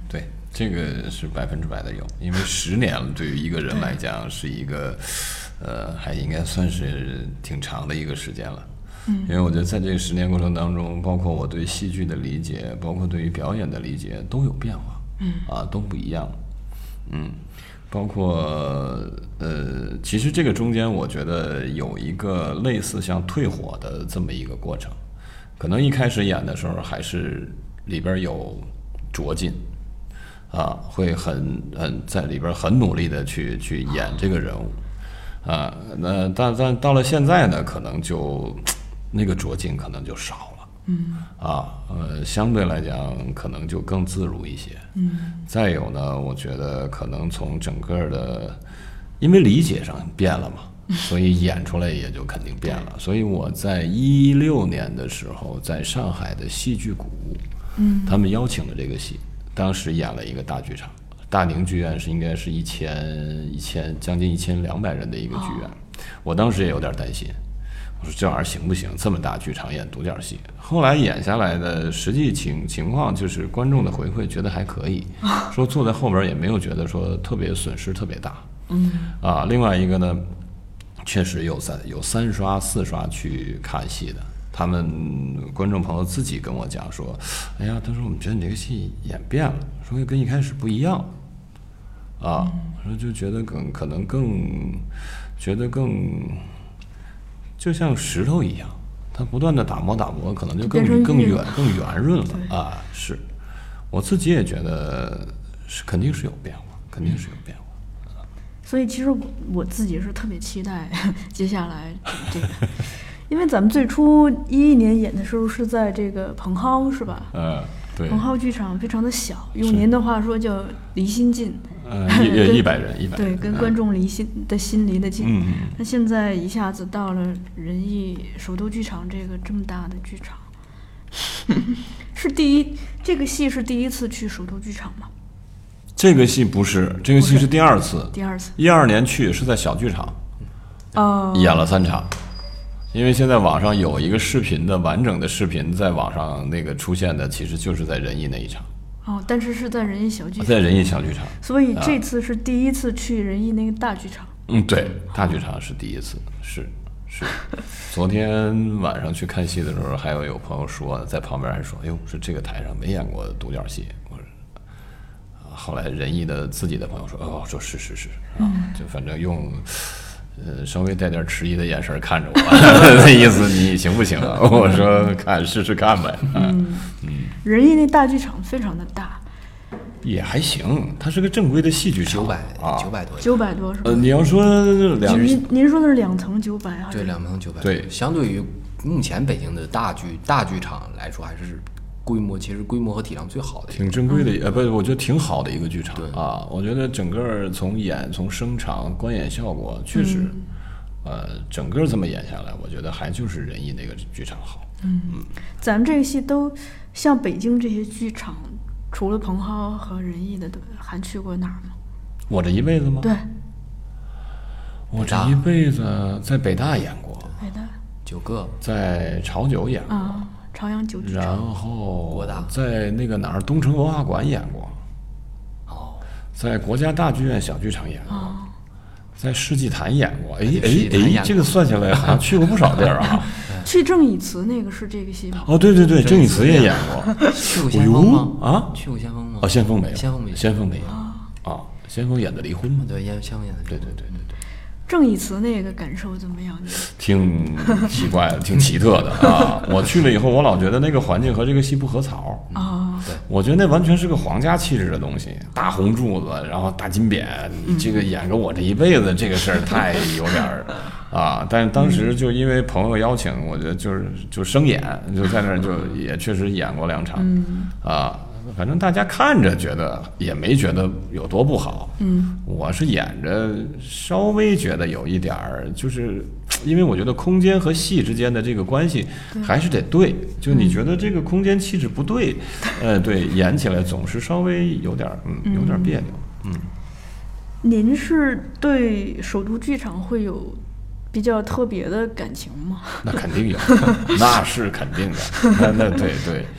这个是百分之百的有，因为十年对于一个人来讲是一个，呃，还应该算是挺长的一个时间了。嗯，因为我觉得在这个十年过程当中，包括我对戏剧的理解，包括对于表演的理解都有变化，嗯，啊，都不一样，嗯，包括呃，其实这个中间我觉得有一个类似像退火的这么一个过程，可能一开始演的时候还是里边有着劲，啊，会很很在里边很努力的去去演这个人物，啊，那但但到了现在呢，可能就。那个着劲可能就少了，嗯，啊，呃，相对来讲可能就更自如一些，嗯，再有呢，我觉得可能从整个的，因为理解上变了嘛，所以演出来也就肯定变了。所以我在一六年的时候，在上海的戏剧谷，嗯，他们邀请的这个戏，当时演了一个大剧场，大宁剧院是应该是一千一千将近一千两百人的一个剧院，哦，我当时也有点担心。我说这玩意儿行不行？这么大剧场演独角戏，后来演下来的实际情情况就是观众的回馈觉得还可以，说坐在后边也没有觉得说特别损失特别大。嗯啊，另外一个呢，确实有三有三刷四刷去看戏的，他们观众朋友自己跟我讲说，哎呀，他说我们觉得你这个戏演变了，说跟一开始不一样，啊，说就觉得更可能更觉得更。就像石头一样，它不断的打磨打磨，可能就更更圆更圆润了啊！是，我自己也觉得是肯定是有变化，肯定是有变化。 所以其实我自己是特别期待接下来这个，因为咱们最初一一年演的时候是在这个蓬蒿是吧？ 嗯，对。 蓬蒿剧场非常的小，用您的话说叫离心近。 呃，一一百人，一百对，跟观众离心的心离得近。 嗯嗯。 那现在一下子到了仁义首都剧场这个这么大的剧场，是第一，这个戏是第一次去首都剧场吗？ 这个戏不是，这个戏是第二次。 第二次。 一二年去是在小剧场， 哦， 演了三场。因为现在网上有一个视频的完整的视频，在网上那个出现的，其实就是在仁义那一场。 哦，但是是在仁义小剧场， 在仁义小剧场， 所以这次是第一次去仁义那个大剧场。 嗯，对，大剧场是第一次，是是。昨天晚上去看戏的时候，还有有朋友说，在旁边还说：“哎呦，是这个台上没演过独角戏。”我说，后来仁义的自己的朋友说：“哦，说是是是啊，就反正用。”呃，稍微带点迟疑的眼神看着我，那意思你行不行啊？我说看试试看呗。嗯嗯，仁义那大剧场非常的大， 也还行，它是个正规的戏剧场， 九百啊， 九百多， 九百多是吧？ 呃，你要说两， 您您说的是两层九百啊？ 对，两层九百。 对， 相对于目前北京的大剧大剧场来说，还是。规模其实规模和体量最好的， 挺正规的，呃，不，我觉得挺好的一个剧场啊。我觉得整个从演、从声场、观演效果，确实，嗯、呃，整个这么演下来，我觉得还就是仁义那个剧场好。 嗯嗯，咱们这个戏都像北京这些剧场，除了蓬蒿和仁义的，都还去过哪儿吗？ 我这一辈子吗？ 对， 我这一辈子在北大演过， 北大九个， 在潮九演过。 啊朝阳九剧场，然后在那个哪儿东城文化馆演过，哦，在国家大剧院小剧场演过，哦、在世纪坛演过。哎哎哎，这个算下来好像去过不少地儿啊。 去郑以慈那个是这个戏吗？ 哦，对对对，郑以慈也演过。 去过先锋吗？ 啊， 去过先锋吗？ 哦，先锋没有， 先锋没有， 先锋没有啊。先锋演的离婚嘛？ 对，演先锋演的。 对对对对对。 郑以慈那个感受怎么样？ 挺奇怪的，挺奇特的啊！我去了以后，我老觉得那个环境和这个戏不合槽啊。 对， 我觉得那完全是个皇家气质的东西，大红柱子，然后大金匾，你这个演个我这一辈子这个事儿太有点儿啊！但是当时就因为朋友邀请，我觉得就是就生演，就在那儿就也确实演过两场啊。反正大家看着觉得也没觉得有多不好， 嗯， 我是演着稍微觉得有一点儿，就是因为我觉得空间和戏之间的这个关系还是得对，就你觉得这个空间气质不对，呃，对，演起来总是稍微有点嗯有点别扭，嗯。 您是对首都剧场会有比较特别的感情吗？ 那肯定有，那是肯定的，那那对对。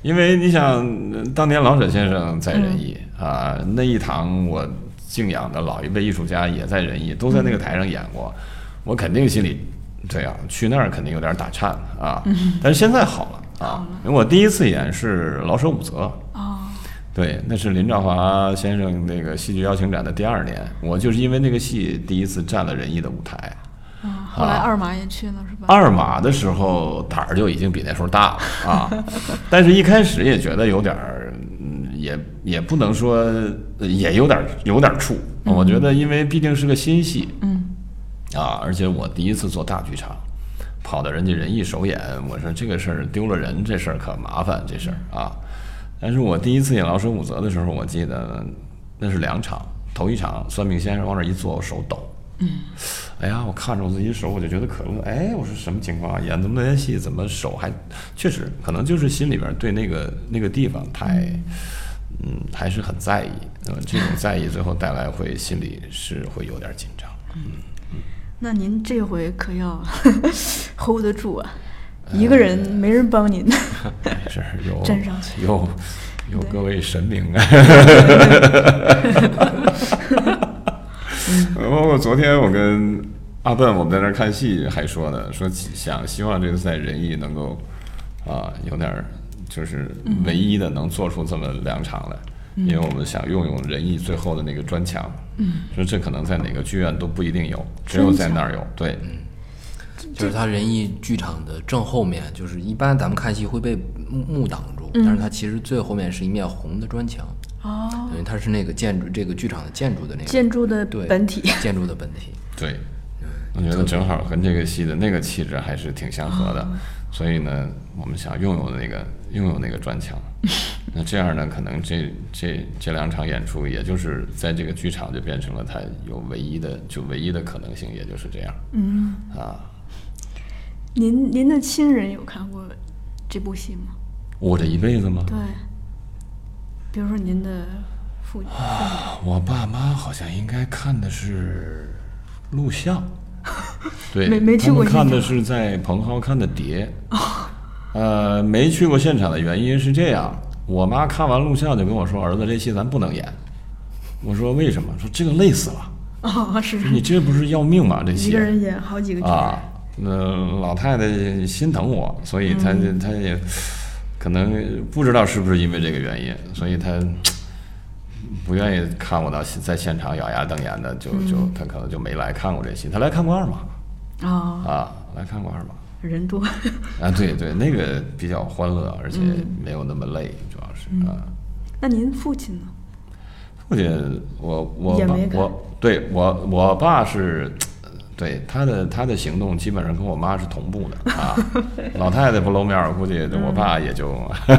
因为你想，当年老舍先生在仁义、嗯、啊，那一堂我敬仰的老一辈艺术家也在仁义，都在那个台上演过，嗯、我肯定心里，对啊，去那儿肯定有点打颤啊。嗯、但是现在好了啊，因为我第一次演是老舍五则。哦。对，那是林兆华先生那个戏剧邀请展的第二年，我就是因为那个戏第一次站了仁义的舞台。 啊，后来二马也去了、啊、是吧？ 二马的时候胆儿就已经比那时候大了啊，但是一开始也觉得有点儿，也也不能说，也有点有点怵。嗯、我觉得因为毕竟是个新戏，嗯，啊，而且我第一次做大剧场，跑到人家仁义首演，我说这个事儿丢了人，这事儿可麻烦，这事儿啊。但是我第一次演老舍五则的时候，我记得那是两场，头一场算命先生往那一坐，我手抖。嗯，哎呀，我看着我自己手，我就觉得可乐。哎，我说什么情况啊？演这么多年戏，怎么手还……确实，可能就是心里边对那个那个地方太，嗯，还是很在意。呃，这种在意最后带来会心里是会有点紧张。嗯嗯。那您这回可要 hold 得住啊！一个人没人帮您。 没事，有站上去， 有有各位神明啊。包括昨天我跟阿笨我们在那儿看戏，还说呢，说想希望这次在仁义能够啊有点就是唯一的能做出这么两场来，嗯、因为我们想用用仁义最后的那个砖墙，嗯，说这可能在哪个剧院都不一定有，只有在那儿有，对， 嗯。就是它仁义剧场的正后面，就是一般咱们看戏会被幕挡住，嗯、但是它其实最后面是一面红的砖墙。哦，因为它是那个建筑，这个剧场的建筑的那个建筑的本体， 建筑的本体。 对，我觉得正好和这个戏的那个气质还是挺相合的，哦、所以呢，我们想拥有那个拥有那个砖墙。那这样呢，可能这这这两场演出，也就是在这个剧场就变成了它有唯一的就唯一的可能性，也就是这样。嗯啊。 您您的亲人有看过这部戏吗？ 我这一辈子吗？ 对，比如说您的父亲。 啊，我爸妈好像应该看的是录像，对， 没没去过现场。 他们看的是在蓬蒿看的碟。哦，呃，没去过现场的原因是这样，我妈看完录像就跟我说：“儿子，这戏咱不能演。”我说：“为什么？”说：“这个累死了。” 哦，是。 你这不是要命吗？这戏一个人演好几个剧啊。那老太太心疼我，所以她嗯、她也可能不知道是不是因为这个原因，所以她不愿意看我到在现场咬牙瞪眼的，就就她可能就没来看过这戏。她来看过二马，哦啊，来看过二马， 人多啊，对对，那个比较欢乐，而且没有那么累，主要是、嗯、啊。 那您父亲呢？ 父亲，我我我对我我爸是。对他的他的行动基本上跟我妈是同步的啊，老太太不露面，我估计我爸也就。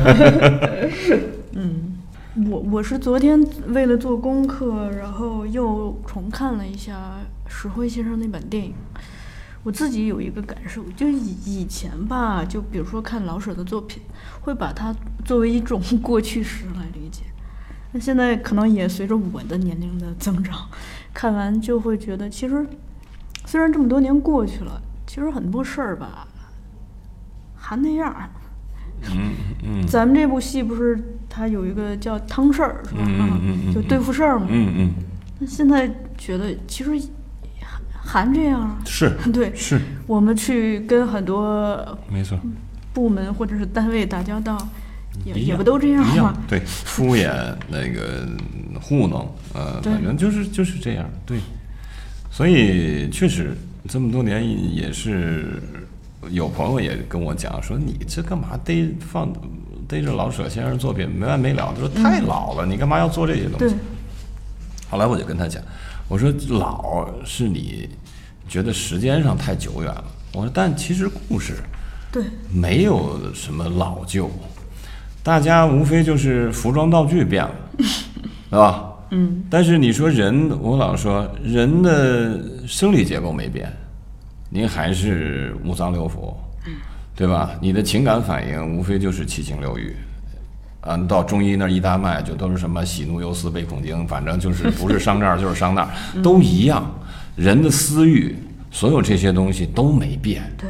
嗯，我我是昨天为了做功课，然后又重看了一下石灰先生那版电影。我自己有一个感受，就以以前吧，就比如说看老舍的作品，会把它作为一种过去时来理解。那现在可能也随着我的年龄的增长，看完就会觉得其实。虽然这么多年过去了，其实很多事儿吧，还那样。 嗯嗯。 咱们这部戏不是它有一个叫汤事儿，是吧？嗯嗯嗯。就对付事儿嘛。 嗯嗯。 那现在觉得其实还这样。 是。 对。 是。 我们去跟很多没错部门或者是单位打交道，也也不都这样吗？ 对，敷衍那个糊弄，呃，反正就是就是这样，对。所以确实这么多年也是有朋友也跟我讲说，你这干嘛逮放逮着老舍先生作品没完没了，他说太老了，嗯、你干嘛要做这些东西？后来我就跟他讲，我说老是你觉得时间上太久远了，我说但其实故事对没有什么老旧，大家无非就是服装道具变了，是吧？嗯，但是你说人，我老说人的生理结构没变，您还是五脏六腑，对吧？你的情感反应无非就是七情六欲，啊，到中医那一大脉就都是什么喜怒忧思悲恐惊，反正就是不是伤这儿就是伤那儿，都一样。人的私欲，所有这些东西都没变。 对，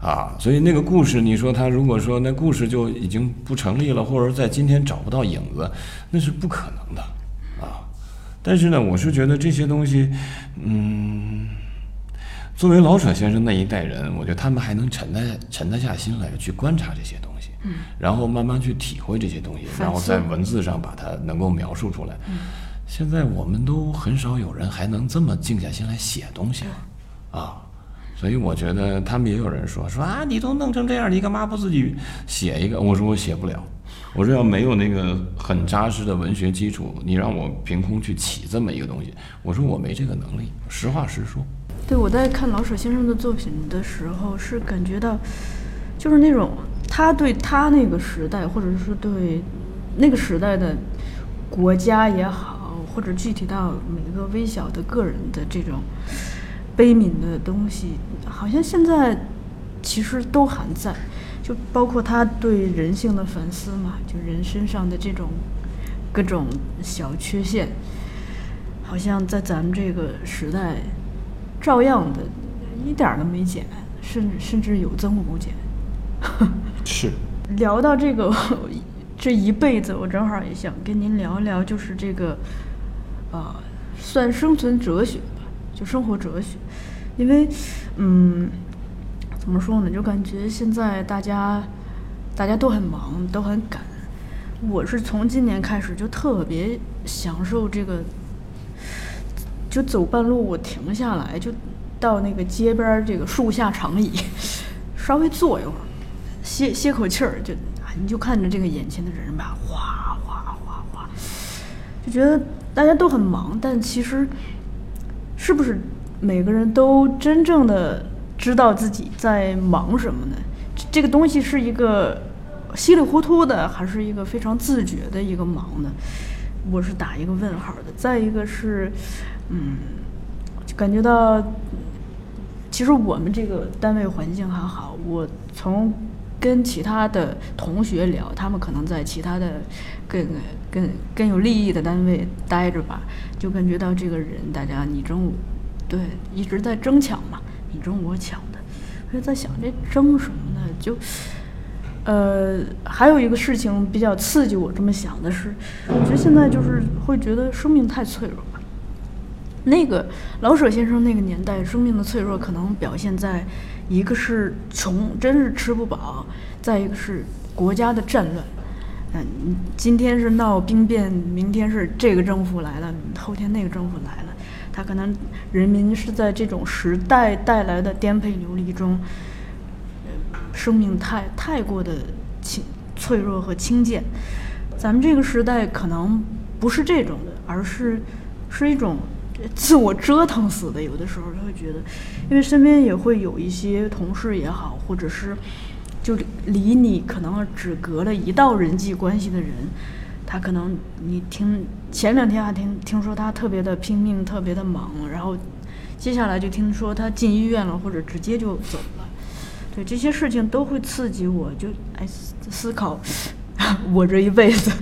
啊，所以那个故事，你说他如果说那故事就已经不成立了，或者在今天找不到影子，那是不可能的啊。但是呢，我是觉得这些东西，嗯，作为老舍先生那一代人，我觉得他们还能沉得沉得下心来去观察这些东西，嗯，然后慢慢去体会这些东西，然后在文字上把它能够描述出来。嗯，现在我们都很少有人还能这么静下心来写东西了，啊。所以我觉得他们也有人说说啊，你都弄成这样，你干嘛不自己写一个？我说我写不了，我说要没有那个很扎实的文学基础，你让我凭空去起这么一个东西，我说我没这个能力，实话实说。 对，我在看老舍先生的作品的时候，是感觉到，就是那种他对他那个时代，或者是对那个时代的国家也好，或者具体到每个微小的个人的这种悲悯的东西，好像现在其实都还在，就包括他对人性的反思嘛，就人身上的这种各种小缺陷，好像在咱们这个时代照样的一点都没减，甚至甚至有增无减。 是聊到这个这一辈子，我正好也想跟您聊一聊，就是这个呃，算生存哲学吧，就生活哲学。因为嗯，怎么说呢，就感觉现在大家大家都很忙，都很赶。我是从今年开始就特别享受这个，就走半路我停下来，就到那个街边这个树下长椅，稍微坐一会儿，歇歇口气儿，就你就看着这个眼前的人吧，哗哗哗哗，就觉得大家都很忙，但其实是不是每个人都真正的知道自己在忙什么呢？这个东西是一个稀里糊涂的，还是一个非常自觉的一个忙呢？我是打一个问号的。再一个是，嗯，就感觉到，其实我们这个单位环境还好。我从跟其他的同学聊，他们可能在其他的更更更有利益的单位待着吧，就感觉到这个人，大家你争我，对，一直在争抢嘛，你争我抢的。我就在想，这争什么呢？就。呃，还有一个事情比较刺激我这么想的是，我觉得现在就是会觉得生命太脆弱了。那个老舍先生那个年代，生命的脆弱可能表现在一个是穷，真是吃不饱；再一个是国家的战乱。嗯，今天是闹兵变，明天是这个政府来了，后天那个政府来了。他可能人民是在这种时代带来的颠沛流离中。生命太太过的轻脆弱和轻贱，咱们这个时代可能不是这种的，而是是一种自我折腾死的。有的时候他会觉得，因为身边也会有一些同事也好，或者是就离你可能只隔了一道人际关系的人，他可能你听前两天还听听说他特别的拼命，特别的忙，然后接下来就听说他进医院了，或者直接就走了。对，这些事情都会刺激我，就哎思考我这一辈子。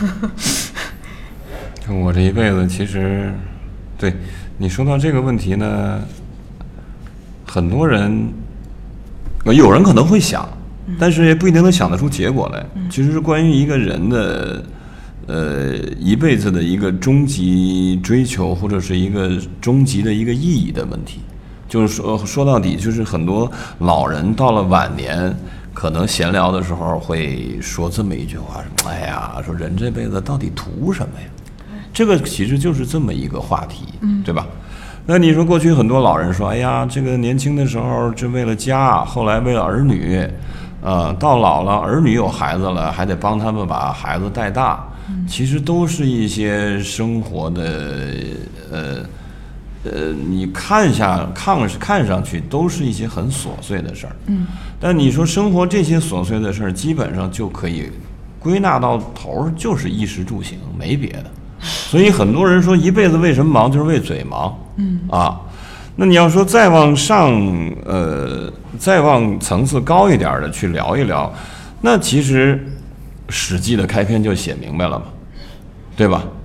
我这一辈子其实，对你说到这个问题呢，很多人有人可能会想，但是也不一定能想得出结果来。嗯、其实是关于一个人的呃一辈子的一个终极追求，或者是一个终极的一个意义的问题。就是说，说到底，就是很多老人到了晚年，可能闲聊的时候会说这么一句话：“哎呀，说人这辈子到底图什么呀？”这个其实就是这么一个话题，对吧？那你说过去很多老人说：“哎呀，这个年轻的时候是为了家，后来为了儿女，呃，到老了儿女有孩子了，还得帮他们把孩子带大。”其实都是一些生活的呃。呃，你看下看看上去都是一些很琐碎的事儿，嗯，但你说生活这些琐碎的事儿，基本上就可以归纳到头，就是衣食住行，没别的。所以很多人说一辈子为什么忙，就是为嘴忙，嗯啊。那你要说再往上，呃，再往层次高一点的去聊一聊，那其实《史记》的开篇就写明白了嘛，对吧？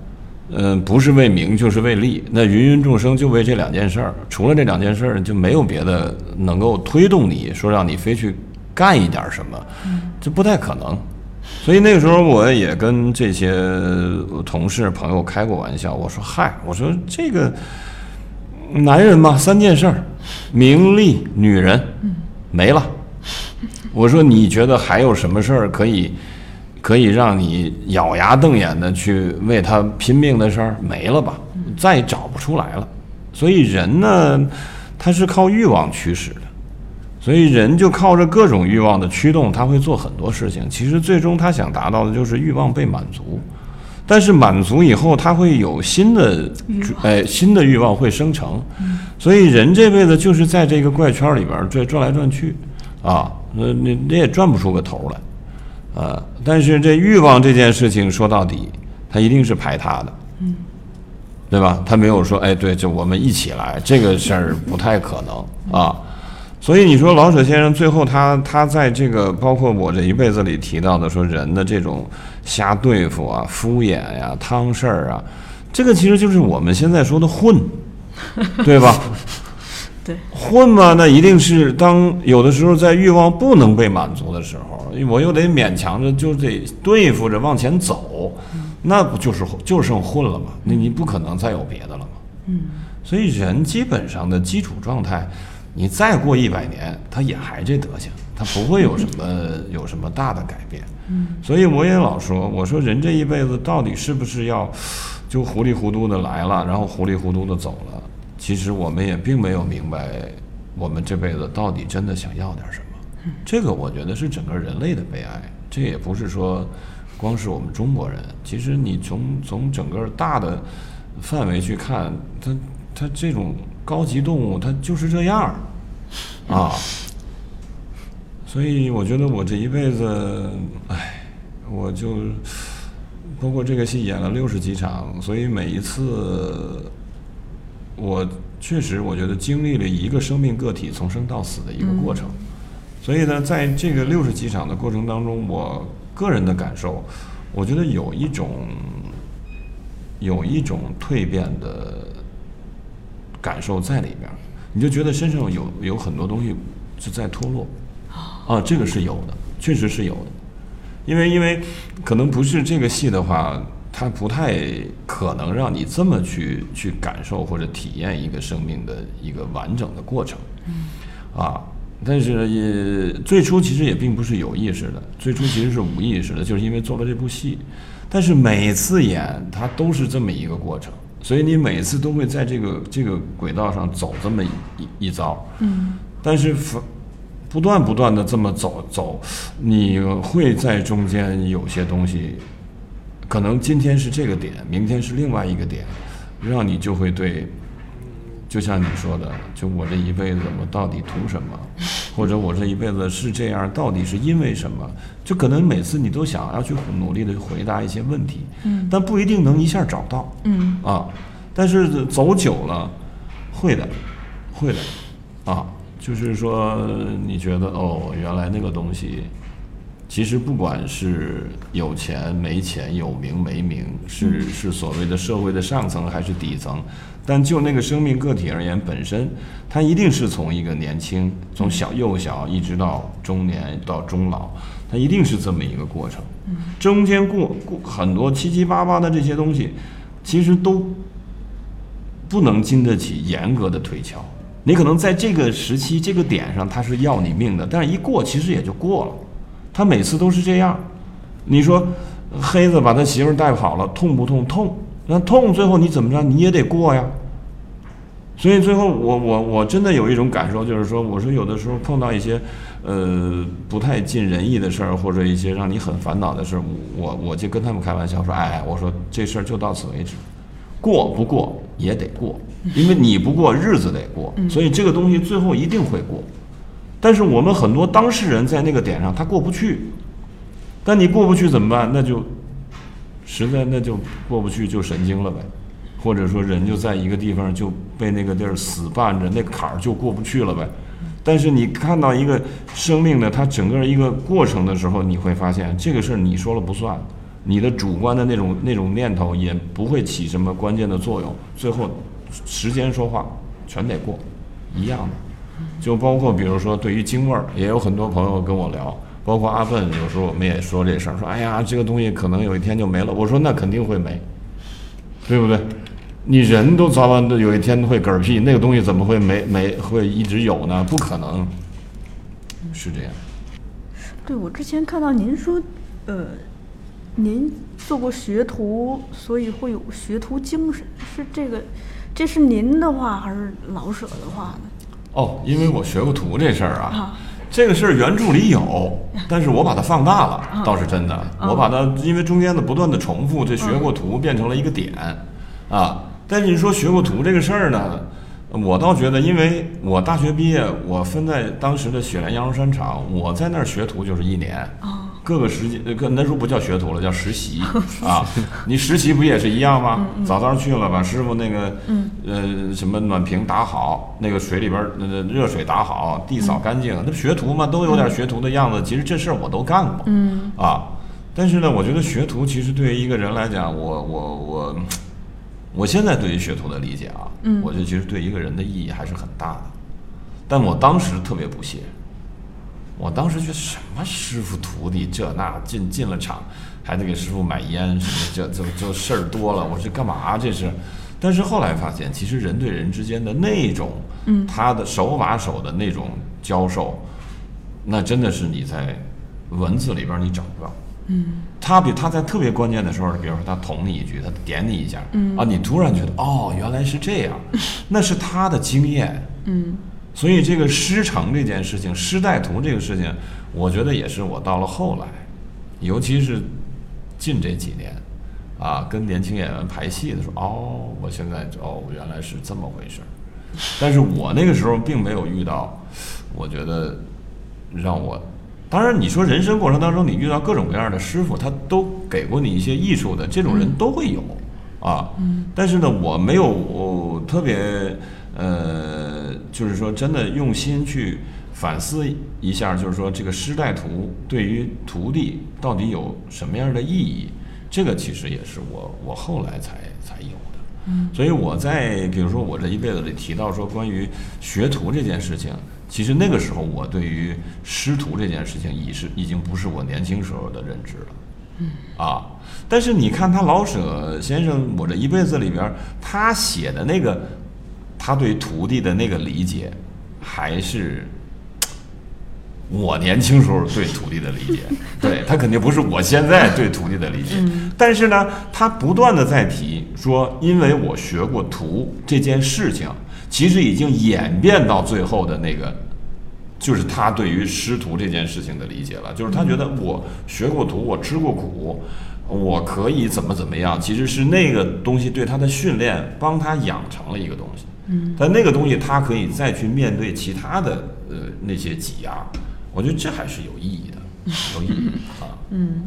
嗯、呃，不是为名就是为利，那芸芸众生就为这两件事儿，除了这两件事儿就没有别的能够推动你说让你非去干一点什么，这不太可能。所以那个时候我也跟这些同事朋友开过玩笑，我说嗨，我说这个男人嘛，三件事儿，名利女人没了。我说你觉得还有什么事儿可以可以让你咬牙瞪眼的去为他拼命的事儿？没了吧，再也找不出来了。所以人呢，他是靠欲望驱使的，所以人就靠着各种欲望的驱动，他会做很多事情。其实最终他想达到的就是欲望被满足，但是满足以后，他会有新的哎新的欲望会生成。所以人这辈子就是在这个怪圈里边转转来转去啊，那你你也转不出个头来。呃，但是这欲望这件事情说到底，它一定是排他的，嗯，对吧？他没有说，哎，对，就我们一起来，这个事儿不太可能啊。所以你说老舍先生最后他他在这个包括我这一辈子里提到的说人的这种瞎对付啊、敷衍呀、汤事儿啊，这个其实就是我们现在说的混，对吧？ 对， 混嘛，那一定是当有的时候在欲望不能被满足的时候，我又得勉强着就得对付着往前走，那不就是就剩混了吗？那你不可能再有别的了吗？嗯，所以人基本上的基础状态，你再过一百年，他也还这德行，他不会有什么有什么大的改变。嗯，所以我也老说，我说人这一辈子到底是不是要就糊里糊涂的来了，然后糊里糊涂的走了？其实我们也并没有明白，我们这辈子到底真的想要点什么。这个我觉得是整个人类的悲哀。这也不是说光是我们中国人，其实你从从整个大的范围去看，它它这种高级动物它就是这样啊。所以我觉得我这一辈子，哎，我就包括这个戏演了六十几场，所以每一次。我确实，我觉得经历了一个生命个体从生到死的一个过程，嗯、所以呢，在这个六十几场的过程当中，我个人的感受，我觉得有一种有一种蜕变的感受在里边，你就觉得身上有有很多东西是在脱落，啊，这个是有的，确实是有的，因为因为可能不是这个戏的话。它不太可能让你这么去去感受或者体验一个生命的一个完整的过程，啊，但是也最初其实也并不是有意识的，最初其实是无意识的，就是因为做了这部戏，但是每次演它都是这么一个过程，所以你每次都会在这个这个轨道上走这么一一遭，嗯，但是不断不断的这么走走，你会在中间有些东西。可能今天是这个点，明天是另外一个点，让你就会对，就像你说的，就我这一辈子我到底图什么，或者我这一辈子是这样，到底是因为什么？就可能每次你都想要去努力的回答一些问题，嗯，但不一定能一下找到，嗯啊，但是走久了，会的，会的，啊，就是说你觉得哦，原来那个东西。其实不管是有钱没钱、有名没名，是是所谓的社会的上层还是底层，但就那个生命个体而言，本身它一定是从一个年轻，从小幼小一直到中年到终老，它一定是这么一个过程。中间过过很多七七八八的这些东西，其实都不能经得起严格的推敲。你可能在这个时期、这个点上，它是要你命的，但是一过，其实也就过了。他每次都是这样，你说黑子把他媳妇带跑了，痛不痛？痛，那痛最后你怎么着？你也得过呀。所以最后我我我真的有一种感受，就是说，我说有的时候碰到一些呃不太尽人意的事儿，或者一些让你很烦恼的事儿，我我就跟他们开玩笑说，哎，我说这事儿就到此为止，过不过也得过，因为你不过日子得过，所以这个东西最后一定会过。但是我们很多当事人在那个点上他过不去，但你过不去怎么办？那就实在那就过不去就神经了呗，或者说人就在一个地方就被那个地儿死绊着，那坎儿就过不去了呗。但是你看到一个生命的它整个一个过程的时候，你会发现这个事儿你说了不算， 你的主观的那种那种念头也不会起什么关键的作用，最后时间说话，全得过，一样的。就包括比如说对于京味儿，也有很多朋友跟我聊，包括阿笨，有时候我们也说这事儿，说哎呀，这个东西可能有一天就没了。我说那肯定会没，对不对？你人都早晚都有一天会嗝屁，那个东西怎么会没没会一直有呢？不可能，是这样。 对，我之前看到您说，呃，您做过学徒，所以会有学徒精神，是这个，这是您的话还是老舍的话呢？ 哦，因为我学过徒这事儿啊。啊这个事儿原著里有，但是我把它放大了，嗯、倒是真的。嗯、我把它因为中间的不断的重复，这学过徒变成了一个点，嗯、啊。但是你说学过徒这个事儿呢，我倒觉得，因为我大学毕业，我分在当时的雪莲羊肉山厂，我在那儿学徒就是一年。哦各个实习，呃，那时候不叫学徒了，叫实习啊。你实习不也是一样吗？嗯嗯、早早去了，把师傅那个，嗯、呃，什么暖瓶打好，那个水里边那个热水打好，地扫干净，那、嗯、学徒嘛，都有点学徒的样子。其实这事儿我都干过，嗯啊。但是呢，我觉得学徒其实对于一个人来讲，我我我，我现在对于学徒的理解啊，嗯，我觉得其实对一个人的意义还是很大的。但我当时特别不屑。我当时觉得什么师傅徒弟这那进进了厂还得给师傅买烟什么这这这事儿多了，我这干嘛这是？但是后来发现，其实人对人之间的那种，嗯，他的手把手的那种教授，那真的是你在文字里边你找不到。嗯，他比他在特别关键的时候，比如说他捅你一句，他点你一下，嗯啊，你突然觉得哦原来是这样，那是他的经验，嗯。所以这个师承这件事情，师带徒这个事情，我觉得也是我到了后来，尤其是近这几年，啊，跟年轻演员排戏的时候，哦，我现在哦原来是这么回事。但是我那个时候并没有遇到，我觉得让我，当然你说人生过程当中你遇到各种各样的师傅，他都给过你一些艺术的，这种人都会有啊。但是呢，我没有我特别。呃，就是说，真的用心去反思一下，就是说，这个师带徒对于徒弟到底有什么样的意义？这个其实也是我我后来才才有的。嗯，所以我在比如说我这一辈子里提到说关于学徒这件事情，其实那个时候我对于师徒这件事情已是已经不是我年轻时候的认知了。嗯啊，但是你看他老舍先生，我这一辈子里边他写的那个。他对徒弟的那个理解，还是我年轻时候对徒弟的理解。对，他肯定不是我现在对徒弟的理解。但是呢，他不断的在提说，因为我学过徒这件事情，其实已经演变到最后的那个，就是他对于师徒这件事情的理解了。就是他觉得我学过徒，我吃过苦。我可以怎么怎么样，其实是那个东西对他的训练，帮他养成了一个东西。嗯，但那个东西他可以再去面对其他的呃那些挤压，我觉得这还是有意义的，有意义啊。 嗯，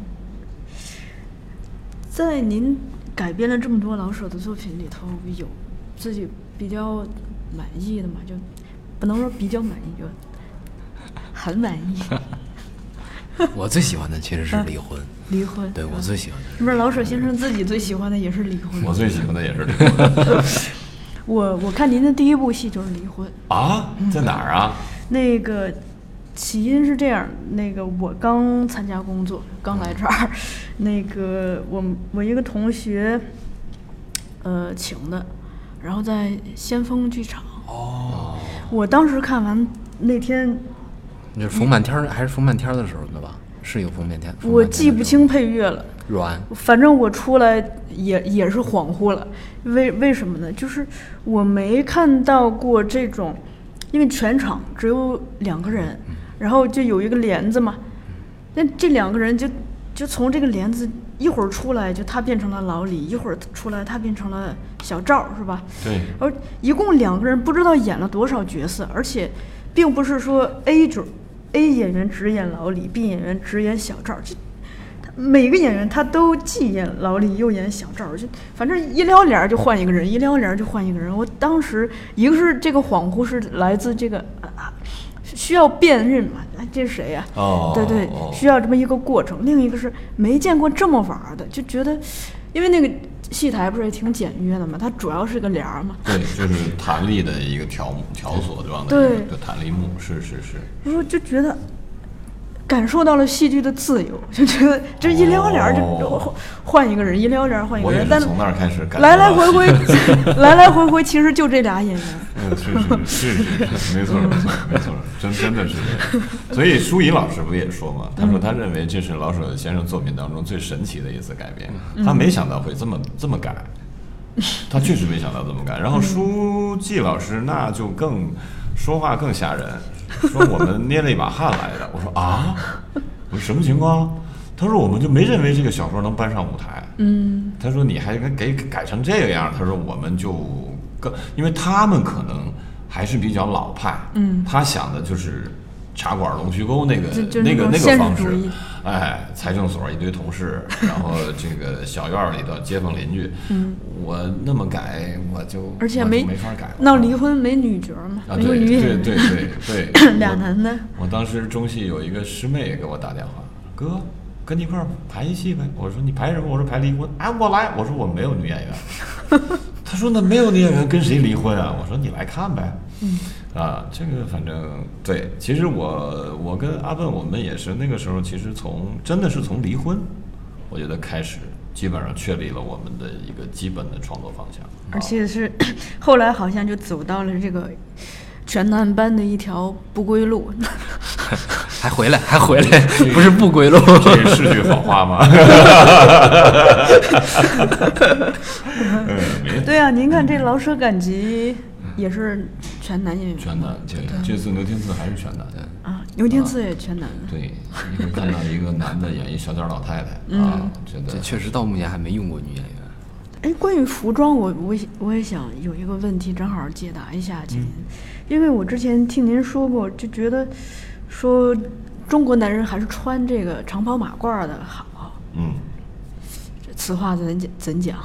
在您改编了这么多老舍的作品里头，有自己比较满意的吗？就不能说比较满意，就很满意。 我最喜欢的其实是离婚。 离婚， 对我最喜欢的。 是不是老舍先生自己最喜欢的也是离婚？ 我最喜欢的也是离婚。 我我看您的第一部戏就是离婚啊，在哪儿啊？ 那个起因是这样，那个我刚参加工作，刚来这儿，那个我我一个同学，呃请的，然后在先锋剧场。哦。我当时看完那天。 就是封漫天还是封漫天的时候对吧？是有封漫天。 我记不清配乐了。 软。 反正我出来也也是恍惚了，为为什么呢？就是我没看到过这种，因为全场只有两个人，然后就有一个帘子嘛，那这两个人就就从这个帘子一会儿出来，就他变成了老李，一会儿出来他变成了小赵，是吧？ 对。 而一共两个人不知道演了多少角色，而且并不是说 A 主。A 演员只演老李 ，B 演员只演小赵，这每个演员他都既演老李又演小赵，就反正一撩帘就换一个人，一撩帘就换一个人。我当时一个是这个恍惚是来自这个啊需要辨认嘛，哎，这是谁呀、啊？ 哦， 对对， 哦需要这么一个过程。另一个是没见过这么玩的，就觉得，因为那个戏台不是也挺简约的嘛，它主要是个帘儿嘛。 对，就是弹力的一个条条索状的对一个弹力幕，是是是。 然后就觉得感受到了戏剧的自由，就觉得这一撩帘儿就哦换一个人，一撩帘儿换一个人，但我也是从那儿开始感觉来来到回回，来来回回，其实就这俩演员。 嗯，是是是是，没错没错没错，真真的是这样。所以舒怡老师不也说嘛？他说他认为这是老舍先生作品当中最神奇的一次改编，他没想到会这么这么改，他确实没想到这么改。然后舒季老师那就更说话更吓人，说我们捏了一把汗来的。我说啊，我说什么情况？他说我们就没认为这个小说能搬上舞台。 嗯， 他说你还给给改成这个样，他说我们就更，因为他们可能还是比较老派， 嗯， 他想的就是茶馆龙须沟那个就就那个那那种现实个方式主义， 哎，财政所一堆同事，然后这个小院里的街坊邻居， 嗯， 我那么改我就而且没我就没法改了， 闹离婚没女角嘛， 啊， 没有对女演员， 对对对对， 俩男的。 我当时中戏有一个师妹给我打电话，哥，跟你一块儿排一戏呗。我说你排什么？我说排离婚。哎，我来。我说我没有女演员。他说那没有女演员跟谁离婚啊？我说你来看呗。 嗯， 啊，这个反正对，其实我我跟阿笨我们也是那个时候，其实从真的是从离婚，我觉得开始基本上确立了我们的一个基本的创作方向。 而且是后来好像就走到了这个全男班的一条不归路。 还回来，还回来，不是不归路。 这个是句好话吗？嗯， 对啊，您看这老舍赶集也是全男演员， 全男，对，这次牛天赐还是全男的啊，牛天赐也全男的。 对，你会看到一个男的演一小脚老太太嗯啊，觉得这确实到目前还没用过女演员。 哎，关于服装，我我我也想有一个问题，正好解答一下，请您， 嗯因为我之前听您说过，就觉得说中国男人还是穿这个长袍马褂的好。 嗯， 这此话怎讲怎讲？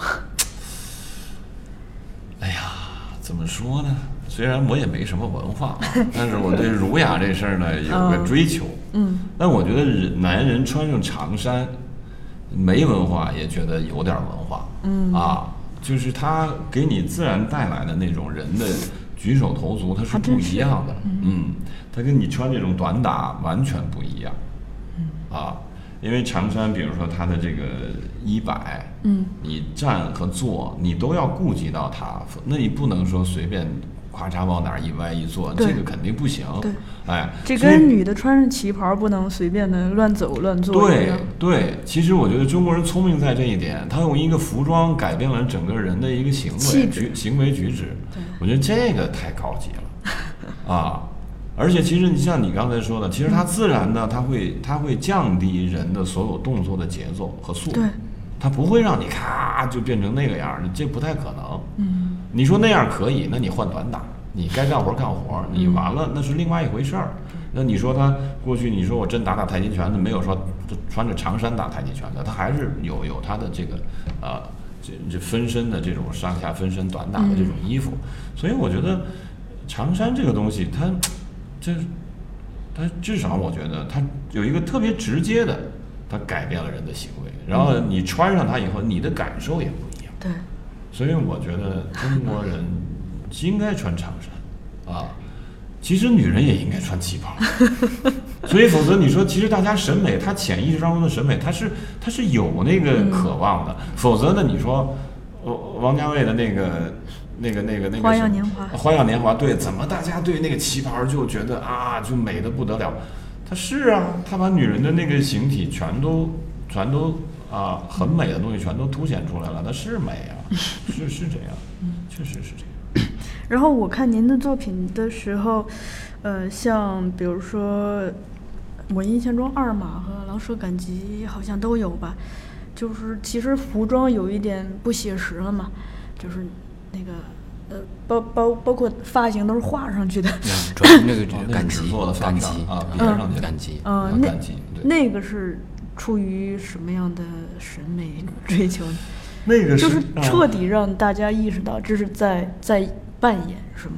哎呀，怎么说呢？虽然我也没什么文化啊，但是我对儒雅这事儿呢有个追求。 嗯， 但我觉得人男人穿上长衫，没文化也觉得有点文化。 嗯啊，就是他给你自然带来的那种人的举手投足，它是不一样的。嗯，他跟你穿这种短打完全不一样。 嗯啊，因为长衫，比如说它的这个衣摆， 嗯， 你站和坐，你都要顾及到它，那你不能说随便咔嚓往哪儿一歪一坐，这个肯定不行。 对， 哎， 这跟女的穿上旗袍不能随便的乱走乱坐一对样。 对，其实我觉得中国人聪明在这一点，他用一个服装改变了整个人的一个行为举行为举止，我觉得这个太高级了啊！而且其实你像你刚才说的，其实它自然的，它会它会降低人的所有动作的节奏和速度，它不会让你咔就变成那个样儿，这不太可能。 嗯， 你说那样可以，那你换短打，你该干活干活，你完了那是另外一回事儿。那你说他过去，你说我真打打太极拳的，没有说穿着长衫打太极拳的，他还是有有他的这个呃这这分身的这种上下分身短打的这种衣服，所以我觉得长衫这个东西，它这它至少我觉得它有一个特别直接的，它改变了人的行为，然后你穿上它以后，你的感受也不一样。 对， 所以我觉得中国人应该穿长衫啊。其实女人也应该穿旗袍，所以否则你说，其实大家审美，他潜意识当中的审美，他是他是有那个渴望的，嗯、否则呢，你说，呃，王家卫的那个那个那个那个花样年华， 花样年华，对，怎么大家对那个旗袍就觉得啊，就美得不得了？他是啊，他把女人的那个形体全都全都啊很美的东西全都凸显出来了，那是美啊，是是这样，确实是这样。 然后我看您的作品的时候，呃，像比如说，我印象中二马和老舍赶集好像都有吧，就是其实服装有一点不写实了嘛，就是那个呃，包包包括发型都是画上去的， 主要是那个赶集做的赶集啊，比上去赶集， 嗯，那那个是出于什么样的审美追求呢？ 那个就是彻底让大家意识到这是在在扮演，是吗？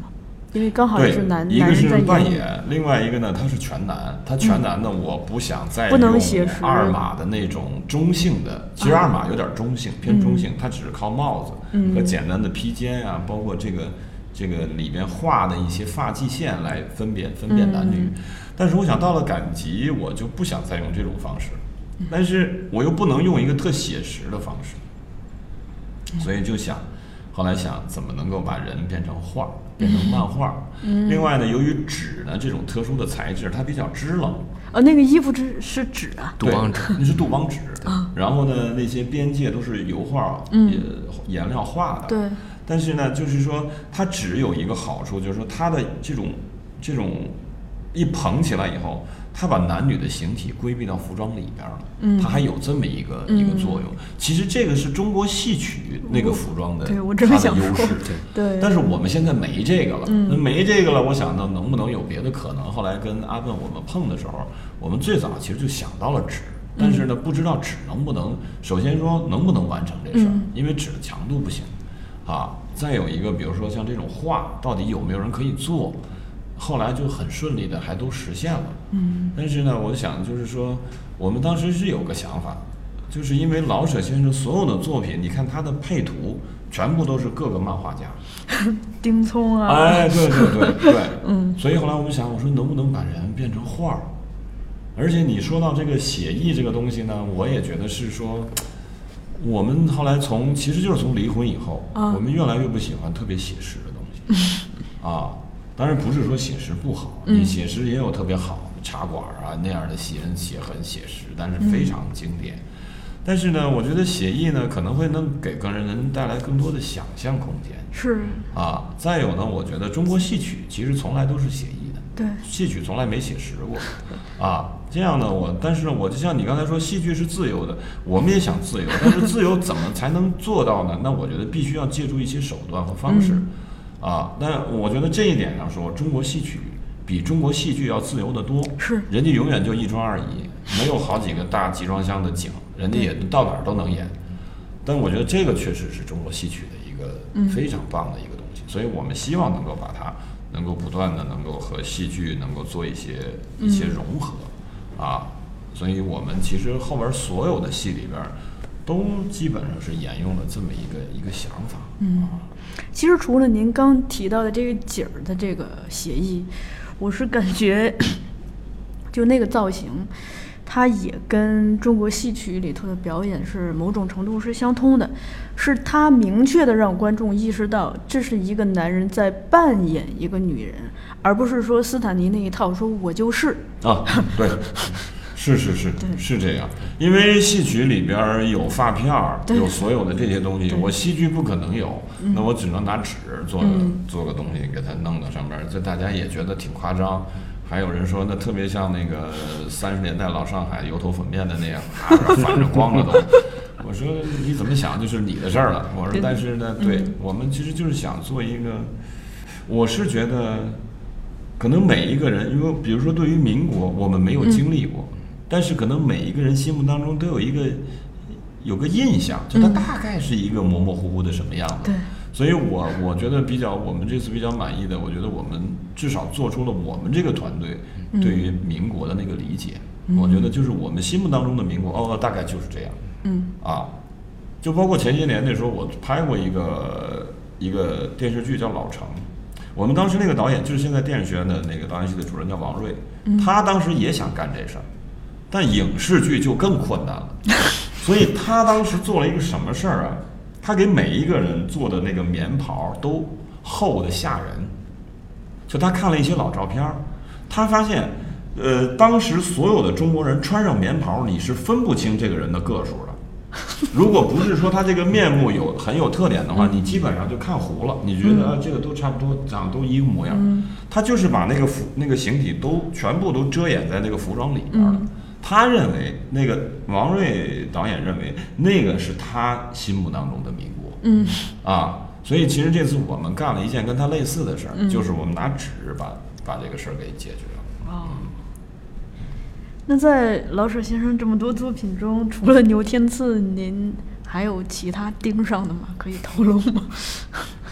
因为刚好对是男一个是男人在演。 扮演，另外一个呢，他是全男。他全男呢，我不想再不能用写实二马的那种中性的，其实二马有点中性，偏中性，它只是靠帽子和简单的披肩啊，包括这个这个里边画的一些发际线来分辨分辨男女。但是我想到了赶集，我就不想再用这种方式，但是我又不能用一个特写实的方式，所以就想。后来想怎么能够把人变成画，变成漫画。嗯、另外呢，由于纸呢这种特殊的材质，它比较支棱。 呃，那个衣服是是纸啊， 杜邦纸， 那是杜邦纸。然后呢，那些边界都是油画，嗯，颜料画的。 对。 但是呢，就是说它纸有一个好处，就是说它的这种这种一捧起来以后。它把男女的形体规避到服装里边了，嗯，它还有这么一个、嗯、一个作用。其实这个是中国戏曲那个服装的它的优势， 对。 但是我们现在没这个了，嗯、没这个了，我想呢，能不能有别的可能？后来跟阿笨我们碰的时候，我们最早其实就想到了纸，但是呢，不知道纸能不能，首先说能不能完成这事儿，嗯、因为纸的强度不行，啊，再有一个，比如说像这种画，到底有没有人可以做？后来就很顺利的还都实现了，嗯，但是呢，我想就是说，我们当时是有个想法，就是因为老舍先生所有的作品，你看他的配图全部都是各个漫画家， 丁聪啊， 哎，对对对对，嗯，所以后来我们想，我说能不能把人变成画儿？而且你说到这个写意这个东西呢，我也觉得是说，我们后来从其实就是从离婚以后，啊、我们越来越不喜欢特别写实的东西，啊。当然不是说写实不好，你写实也有特别好的茶馆啊那样的戏，人写很写实，但是非常经典。嗯、但是呢，我觉得写意呢可能会能给个人带来更多的想象空间。 是啊，再有呢，我觉得中国戏曲其实从来都是写意的， 对， 戏曲从来没写实过。啊，这样呢，我但是呢，我就像你刚才说，戏剧是自由的，我们也想自由，但是自由怎么才能做到呢？那我觉得必须要借助一些手段和方式。嗯啊，那我觉得这一点上说，中国戏曲比中国戏剧要自由得多。是，人家永远就一庄二椅，没有好几个大集装箱的景，人家也到哪儿都能演。但我觉得这个确实是中国戏曲的一个非常棒的一个东西，嗯、所以我们希望能够把它能够不断的能够和戏剧能够做一些一些融合，嗯、啊，所以我们其实后边所有的戏里边。都基本上是沿用了这么一个一个想法。 嗯，其实除了您刚提到的这个景儿的这个写意，我是感觉就那个造型，它也跟中国戏曲里头的表演是某种程度是相通的，是它明确的让观众意识到这是一个男人在扮演一个女人，而不是说斯坦尼那一套说我就是啊，对。是是是是这样，因为戏曲里边有发片儿，有所有的这些东西，我戏剧不可能有，嗯、那我只能拿纸做个、嗯、做个东西给它弄到上面，这大家也觉得挺夸张。还有人说那特别像那个三十年代老上海油头粉面的那样，啊，反着光了都。我说你怎么想就是你的事儿了。我说但是呢，对、嗯、我们其实就是想做一个，我是觉得可能每一个人，因为比如说对于民国我们没有经历过。嗯但是可能每一个人心目当中都有一个有个印象，就他大概是一个模模糊糊的什么样子。对、嗯，所以我我觉得比较我们这次比较满意的，我觉得我们至少做出了我们这个团队对于民国的那个理解。嗯、我觉得就是我们心目当中的民国，哦，大概就是这样。嗯，啊，就包括前些年那时候我拍过一个一个电视剧叫《老城》。我们当时那个导演就是现在电影学院的那个导演系的主任叫王瑞，嗯、他当时也想干这事儿。但影视剧就更困难了，所以他当时做了一个什么事儿啊？他给每一个人做的那个棉袍都厚的吓人。就他看了一些老照片，他发现，呃，当时所有的中国人穿上棉袍，你是分不清这个人的个数的。如果不是说他这个面目有很有特点的话，你基本上就看糊了，你觉得啊这个都差不多，长得都一个模样。他就是把那个服那个形体都全部都遮掩在那个服装里边了。他认为那个王瑞导演认为那个是他心目当中的民国，嗯啊，所以其实这次我们干了一件跟他类似的事儿，嗯、就是我们拿纸把把这个事儿给解决了。哦，嗯、 那在老舍先生这么多作品中，除了牛天赐，您还有其他盯上的吗？可以透露吗？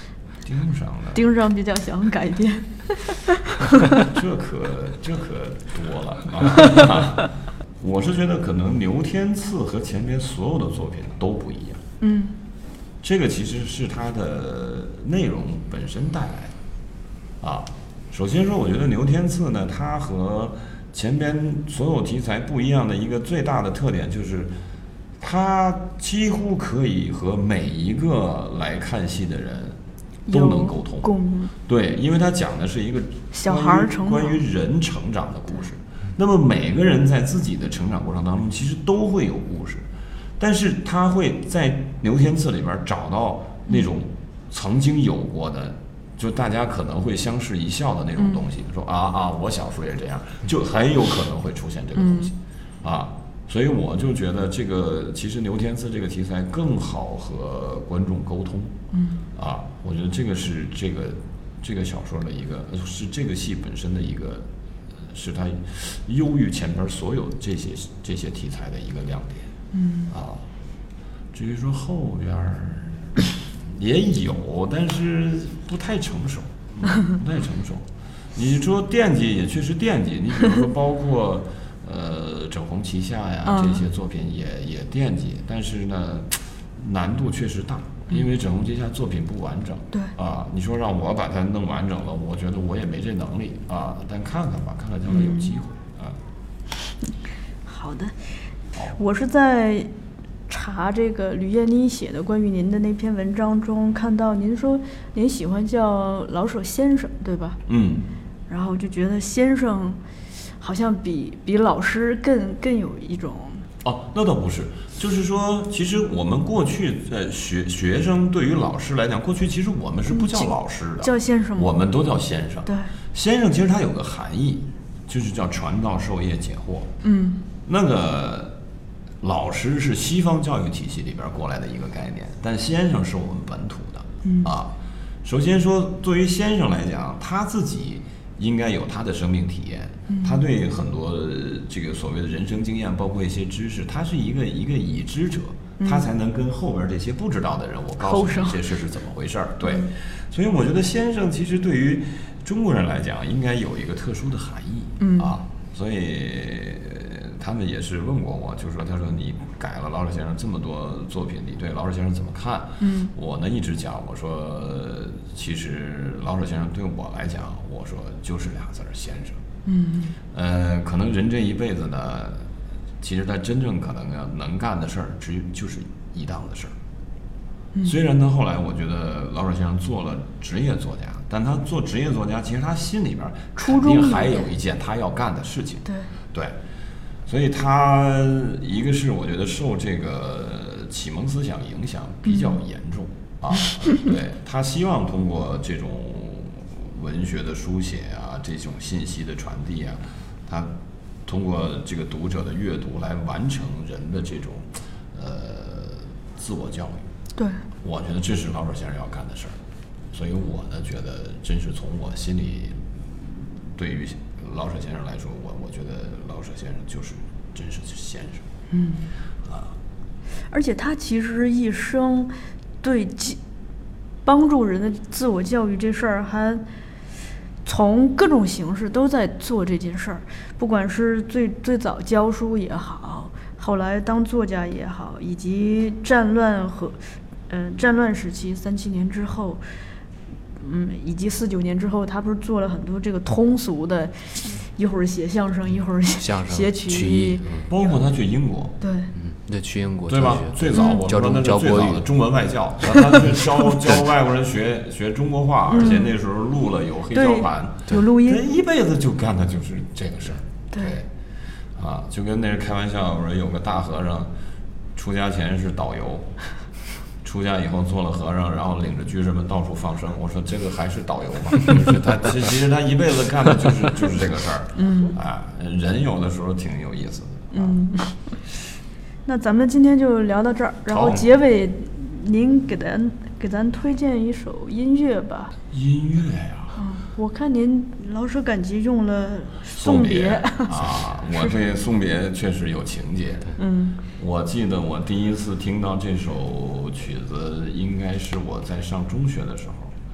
盯上了， 盯上比较想改编。 这可这可多了啊！我是觉得可能牛天赐和前边所有的作品都不一样。 嗯， 这个其实是它的内容本身带来的啊。首先说，我觉得牛天赐呢，它和前边所有题材不一样的一个最大的特点就是，它几乎可以和每一个来看戏的人都能沟通。 共鸣。 对，因为它讲的是一个小孩成长关于人成长的故事。那么每个人在自己的成长过程当中，其实都会有故事，但是他会在牛天赐里边找到那种曾经有过的，就大家可能会相视一笑的那种东西。说啊啊，我小时候也这样，就很有可能会出现这个东西啊。所以我就觉得这个其实牛天赐这个题材更好和观众沟通。 嗯啊，我觉得这个是这个这个小说的一个，是这个戏本身的一个，是它优于前边所有这些这些题材的一个亮点。 嗯啊，至于说后边也有，但是不太成熟，嗯、不太成熟。你说惦记也确实惦记，你比如说包括呃整红旗下呀这些作品也也惦记，但是呢难度确实大。因为整红旗下作品不完整， 对啊，你说让我把它弄完整了，我觉得我也没这能力啊。但看看吧，看看将来有机会、嗯、啊。 好的，我是在查这个吕燕妮写的关于您的那篇文章中看到您说您喜欢叫老舍先生，对吧？ 嗯。 然后就觉得先生好像比比老师更更有一种。 哦，那倒不是，就是说，其实我们过去呃学学生对于老师来讲，过去其实我们是不叫老师的， 叫先生吗？ 我们都叫先生。 对， 先生其实它有个含义，就是叫传道授业解惑。 嗯， 那个老师是西方教育体系里边过来的一个概念，但先生是我们本土的。 嗯啊，首先说，对于先生来讲，他自己应该有他的生命体验，他对很多这个所谓的人生经验，包括一些知识，他是一个一个已知者，他才能跟后边这些不知道的人，我告诉你这事是怎么回事儿。对，所以我觉得先生其实对于中国人来讲，应该有一个特殊的含义。 嗯啊，所以他们也是问过我，就说他说你改了老舍先生这么多作品，你对老舍先生怎么看？ 嗯， 我呢一直讲，我说其实老舍先生对我来讲，我说就是俩字儿先生。 嗯， 呃，可能人这一辈子呢，其实他真正可能要能干的事儿，只有就是一档子事儿。 嗯、 虽然他后来我觉得老舍先生做了职业作家，但他做职业作家，其实他心里边肯定还有一件他要干的事情。 对对，所以他一个是我觉得受这个启蒙思想影响比较严重、嗯、啊，对，他希望通过这种文学的书写啊，这种信息的传递啊，他通过这个读者的阅读来完成人的这种呃自我教育。 对， 我觉得这是老舍先生要干的事儿，所以我呢觉得真是从我心里，对于老舍先生来说，我我觉得老舍先生就是真是先生。 嗯， 啊， 而且他其实一生对帮助人的自我教育这事儿，还从各种形式都在做这件事儿，不管是最最早教书也好，后来当作家也好，以及战乱和嗯、呃、战乱时期三七年之后，嗯，以及四九年之后，他不是做了很多这个通俗的，一会儿写相声，一会儿写曲艺， 包括他去英国， 对， 嗯，对，去英国对吧？最早我教说那是最早的中文外教，让他去教教外国人学学中国话，而且那时候录了有黑胶盘， 有录音， 人一辈子就干的就是这个事儿， 对， 啊，就跟那是开玩笑，我说有个大和尚，出家前是导游。出家以后做了和尚，然后领着居士们到处放生。我说这个还是导游吗？就是他，其实他一辈子干的就是就是这个事儿。 嗯， 啊，人有的时候挺有意思的。 嗯，那咱们今天就聊到这儿，然后结尾您给咱给咱推荐一首音乐吧。 音乐呀、啊。 嗯，我看您老舍赶集用了送别啊，我对送别确实有情节。 嗯。 我记得我第一次听到这首曲子，应该是我在上中学的时候。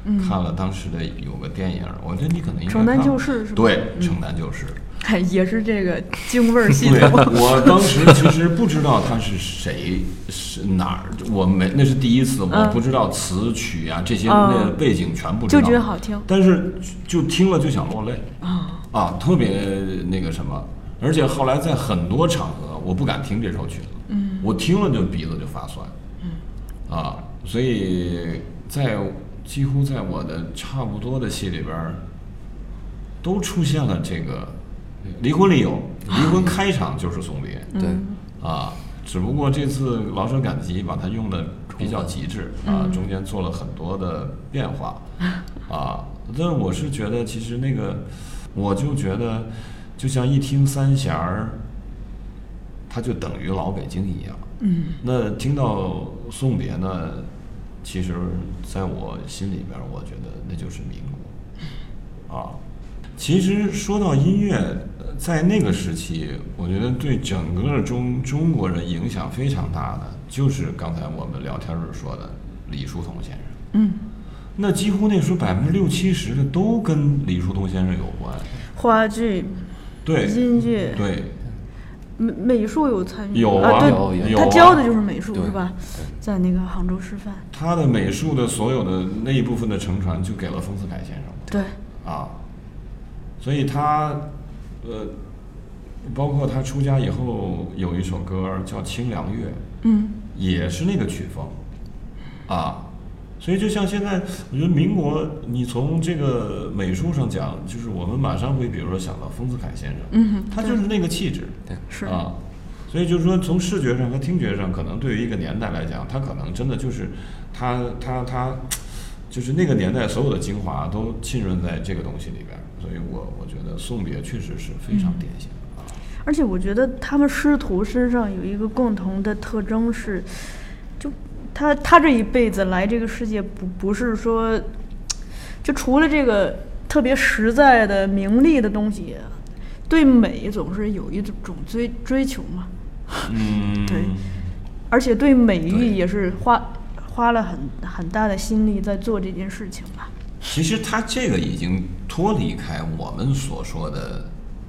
看了当时的有个电影，我觉得你可能应该城南看旧事是吧？ 对，城南旧事。 哎，也是这个京味儿系对， 统。 我当时其实不知道他是谁，是哪儿，我没那是第一次，我不知道词曲啊这些那背景全不知道， 就觉得好听， 但是就听了就想落泪啊啊，特别那个什么，而且后来在很多场合我不敢听这首曲子，嗯，我听了就鼻子就发酸，嗯，啊，所以在几乎在我的差不多的戏里边都出现了这个。离婚里有，离婚开场就是送别， 对， 啊，只不过这次老舍赶集把它用的比较极致啊，中间做了很多的变化，啊，但我是觉得其实那个，我就觉得就像一听三弦儿，它就等于老北京一样，嗯，那听到送别呢，其实在我心里边，我觉得那就是民国，啊。其实说到音乐，在那个时期，我觉得对整个中中国人影响非常大的，就是刚才我们聊天时说的李叔同先生。嗯，那几乎那时候百分之六七十的都跟李叔同先生有关。 话剧， 对， 音乐， 对， 美美术有参与， 有啊，对， 有有他教的就是美术， 对是吧？在那个杭州师范， 他的美术的所有的那一部分的承传就给了丰子恺先生。 对， 啊。所以他，呃，包括他出家以后有一首歌叫《清凉月》，嗯，也是那个曲风，啊，所以就像现在，我觉得民国，你从这个美术上讲，就是我们马上会比如说想到丰子恺先生，嗯，他就是那个气质， 对， 是啊，所以就是说从视觉上和听觉上，可能对于一个年代来讲，他可能真的就是他他他。就是那个年代所有的精华都浸润在这个东西里边，所以我我觉得送别确实是非常典型的、啊。 而且我觉得他们师徒身上有一个共同的特征是，就他他这一辈子来这个世界不不是说，就除了这个特别实在的名利的东西，对美总是有一种追追求嘛。 嗯， 对，而且对美育也是花。花了很很大的心力在做这件事情吧。 其实他这个已经脱离开我们所说的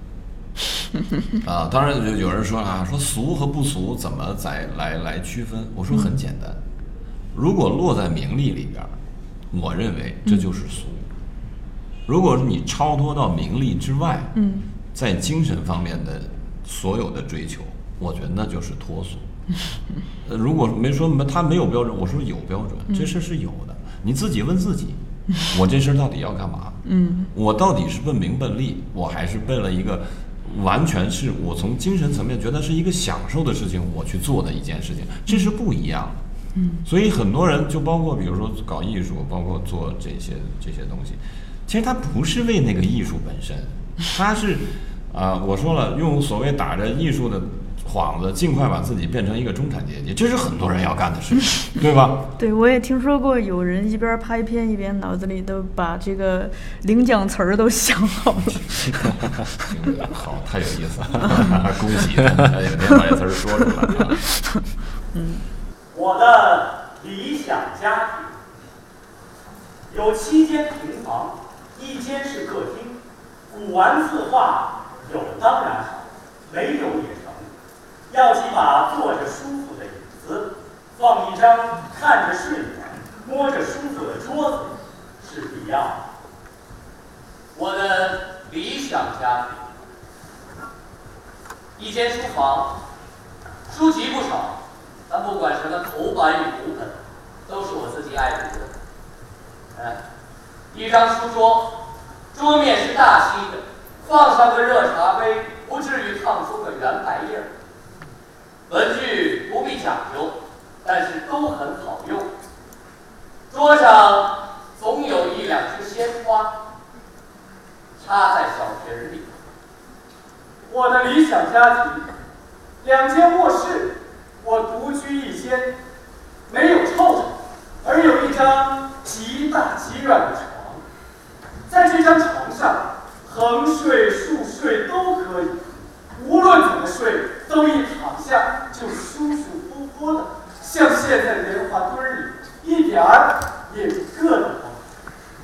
啊，当然有有人说啊，说俗和不俗怎么再来来区分？我说很简单，嗯、如果落在名利里边，我认为这就是俗；嗯、如果你超脱到名利之外，嗯，在精神方面的所有的追求，我觉得那就是脱俗。呃，如果没说他没有标准，我说有标准，这事是有的。你自己问自己，我这事到底要干嘛？嗯，我到底是奔名奔利，我还是奔了一个完全是我从精神层面觉得是一个享受的事情，我去做的一件事情，这是不一样的。嗯，所以很多人就包括比如说搞艺术，包括做这些这些东西，其实他不是为那个艺术本身，他是啊、呃，我说了，用所谓打着艺术的幌子，尽快把自己变成一个中产阶级，这是很多人要干的事情，对吧？ 对，我也听说过有人一边拍片一边脑子里都把这个领奖词儿都想好了。 好，太有意思了，恭喜他有天把这词儿说出来了。 嗯，我的理想家庭有七间平房，一间是客厅，古玩字画有当然好，没有也成。要几把坐着舒服的椅子，放一张看着顺眼、摸着舒服的桌子，是必要的。 我的理想家庭，一间书房，书籍不少，但不管什么头版与读本，都是我自己爱读的。嗯，一张书桌，桌面是大漆的，放上个热茶杯，不至于烫出个圆白印儿。文具不必讲究，但是都很好用。桌上总有一两枝鲜花，插在小瓶里。 我的理想家庭，两间卧室，我独居一间，没有臭臭，而有一张极大极软的床。在这张床上，横睡竖睡都可以，无论怎么睡，都一躺下就舒舒服服的，像陷在莲花堆里，一点儿也不硌得慌。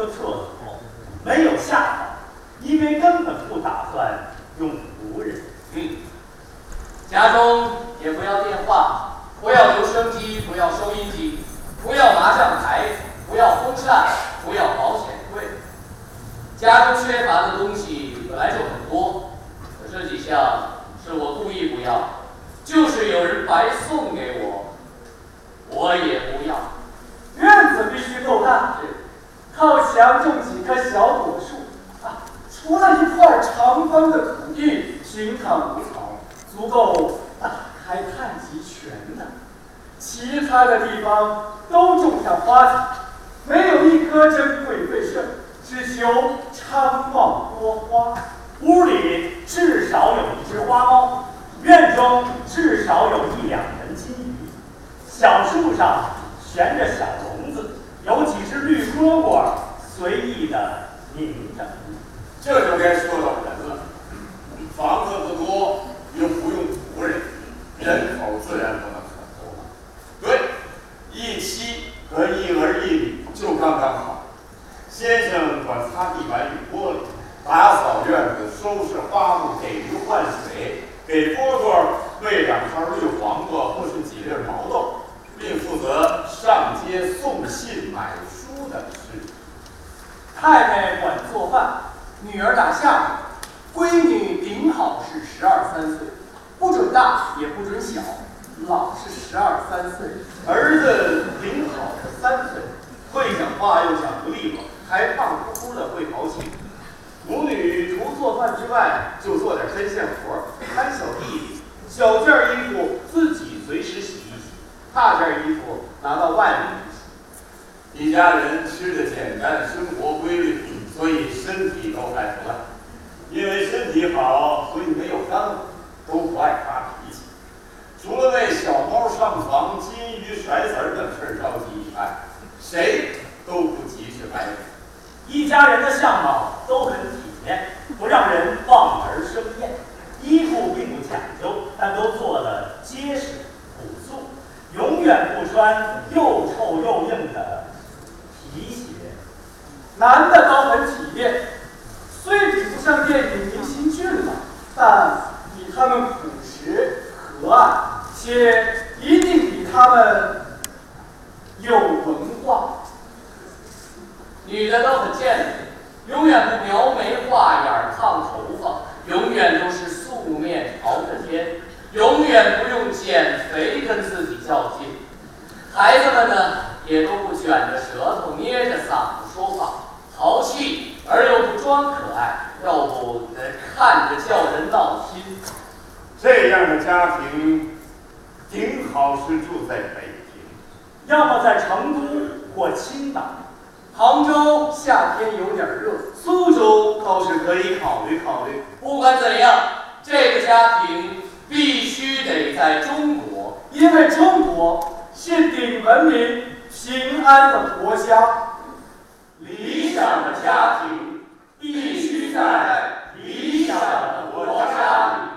个厕所，没有下房，因为根本不打算用仆人。 嗯，家中也不要电话，不要留声机，不要收音机，不要麻将牌，不要风扇，不要保险柜。家中缺乏的东西本来就很多，可这几项是我故意不要，就是有人白送给我，我也不要。 院子必须够大，靠墙种几棵小果树啊，除了一块长方的土地，平躺无草，足够打开太极拳的。其他的地方都种下花草，没有一棵珍贵费盛，只求昌旺多花。屋里至少有一只花猫，院中至少有一两盆金鱼，小树上悬着小笼子，有几只绿蝈蝈随意的鸣着。 这就该说到人了，房子不多，又不用仆人，人口自然不能很多了。对，一妻和一儿一女就刚刚好。先生管擦地板与玻璃，打扫院子，收拾花布，给鱼换水，给蝈蝈喂两串绿黄瓜或是几粒毛豆，并负责上街送信、买书等事。 太太管做饭，女儿打下手，闺女顶好是十二三岁，不准大也不准小，老是十二三岁。 儿子顶好是三岁，会讲话又讲不利落，还胖乎乎的会淘气。母女除做饭之外，就做点针线活，看小弟弟，小件衣服自己随时洗一洗，大件衣服拿到外面去洗。一家人吃的简单，生活规律，所以身体都还不赖。因为身体好，所以没有耽误，都不爱发脾气。除了为小猫上房、金鱼甩籽儿等事着急以外，谁都不急着白脸。 一家人的相貌都很体面，不让人望而生厌。衣服并不讲究，但都做得结实朴素，永远不穿又臭又硬的皮鞋。男的都很体面，虽比不上电影明星俊朗，但比他们朴实和蔼，且一定比他们有文化。 女的都很健美，永远不描眉画眼、烫头发，永远都是素面朝着天，永远不用减肥跟自己较劲。孩子们呢，也都不卷着舌头、捏着嗓子说话，淘气而又不装可爱，要不呃看着叫人闹心。 这样的家庭，顶好是住在北平， 要么在成都或青岛。杭州夏天有点热， 苏州倒是可以考虑考虑。 不管怎样，这个家庭必须得在中国， 因为中国是顶文明、平安的国家。 理想的家庭必须在理想的国家里。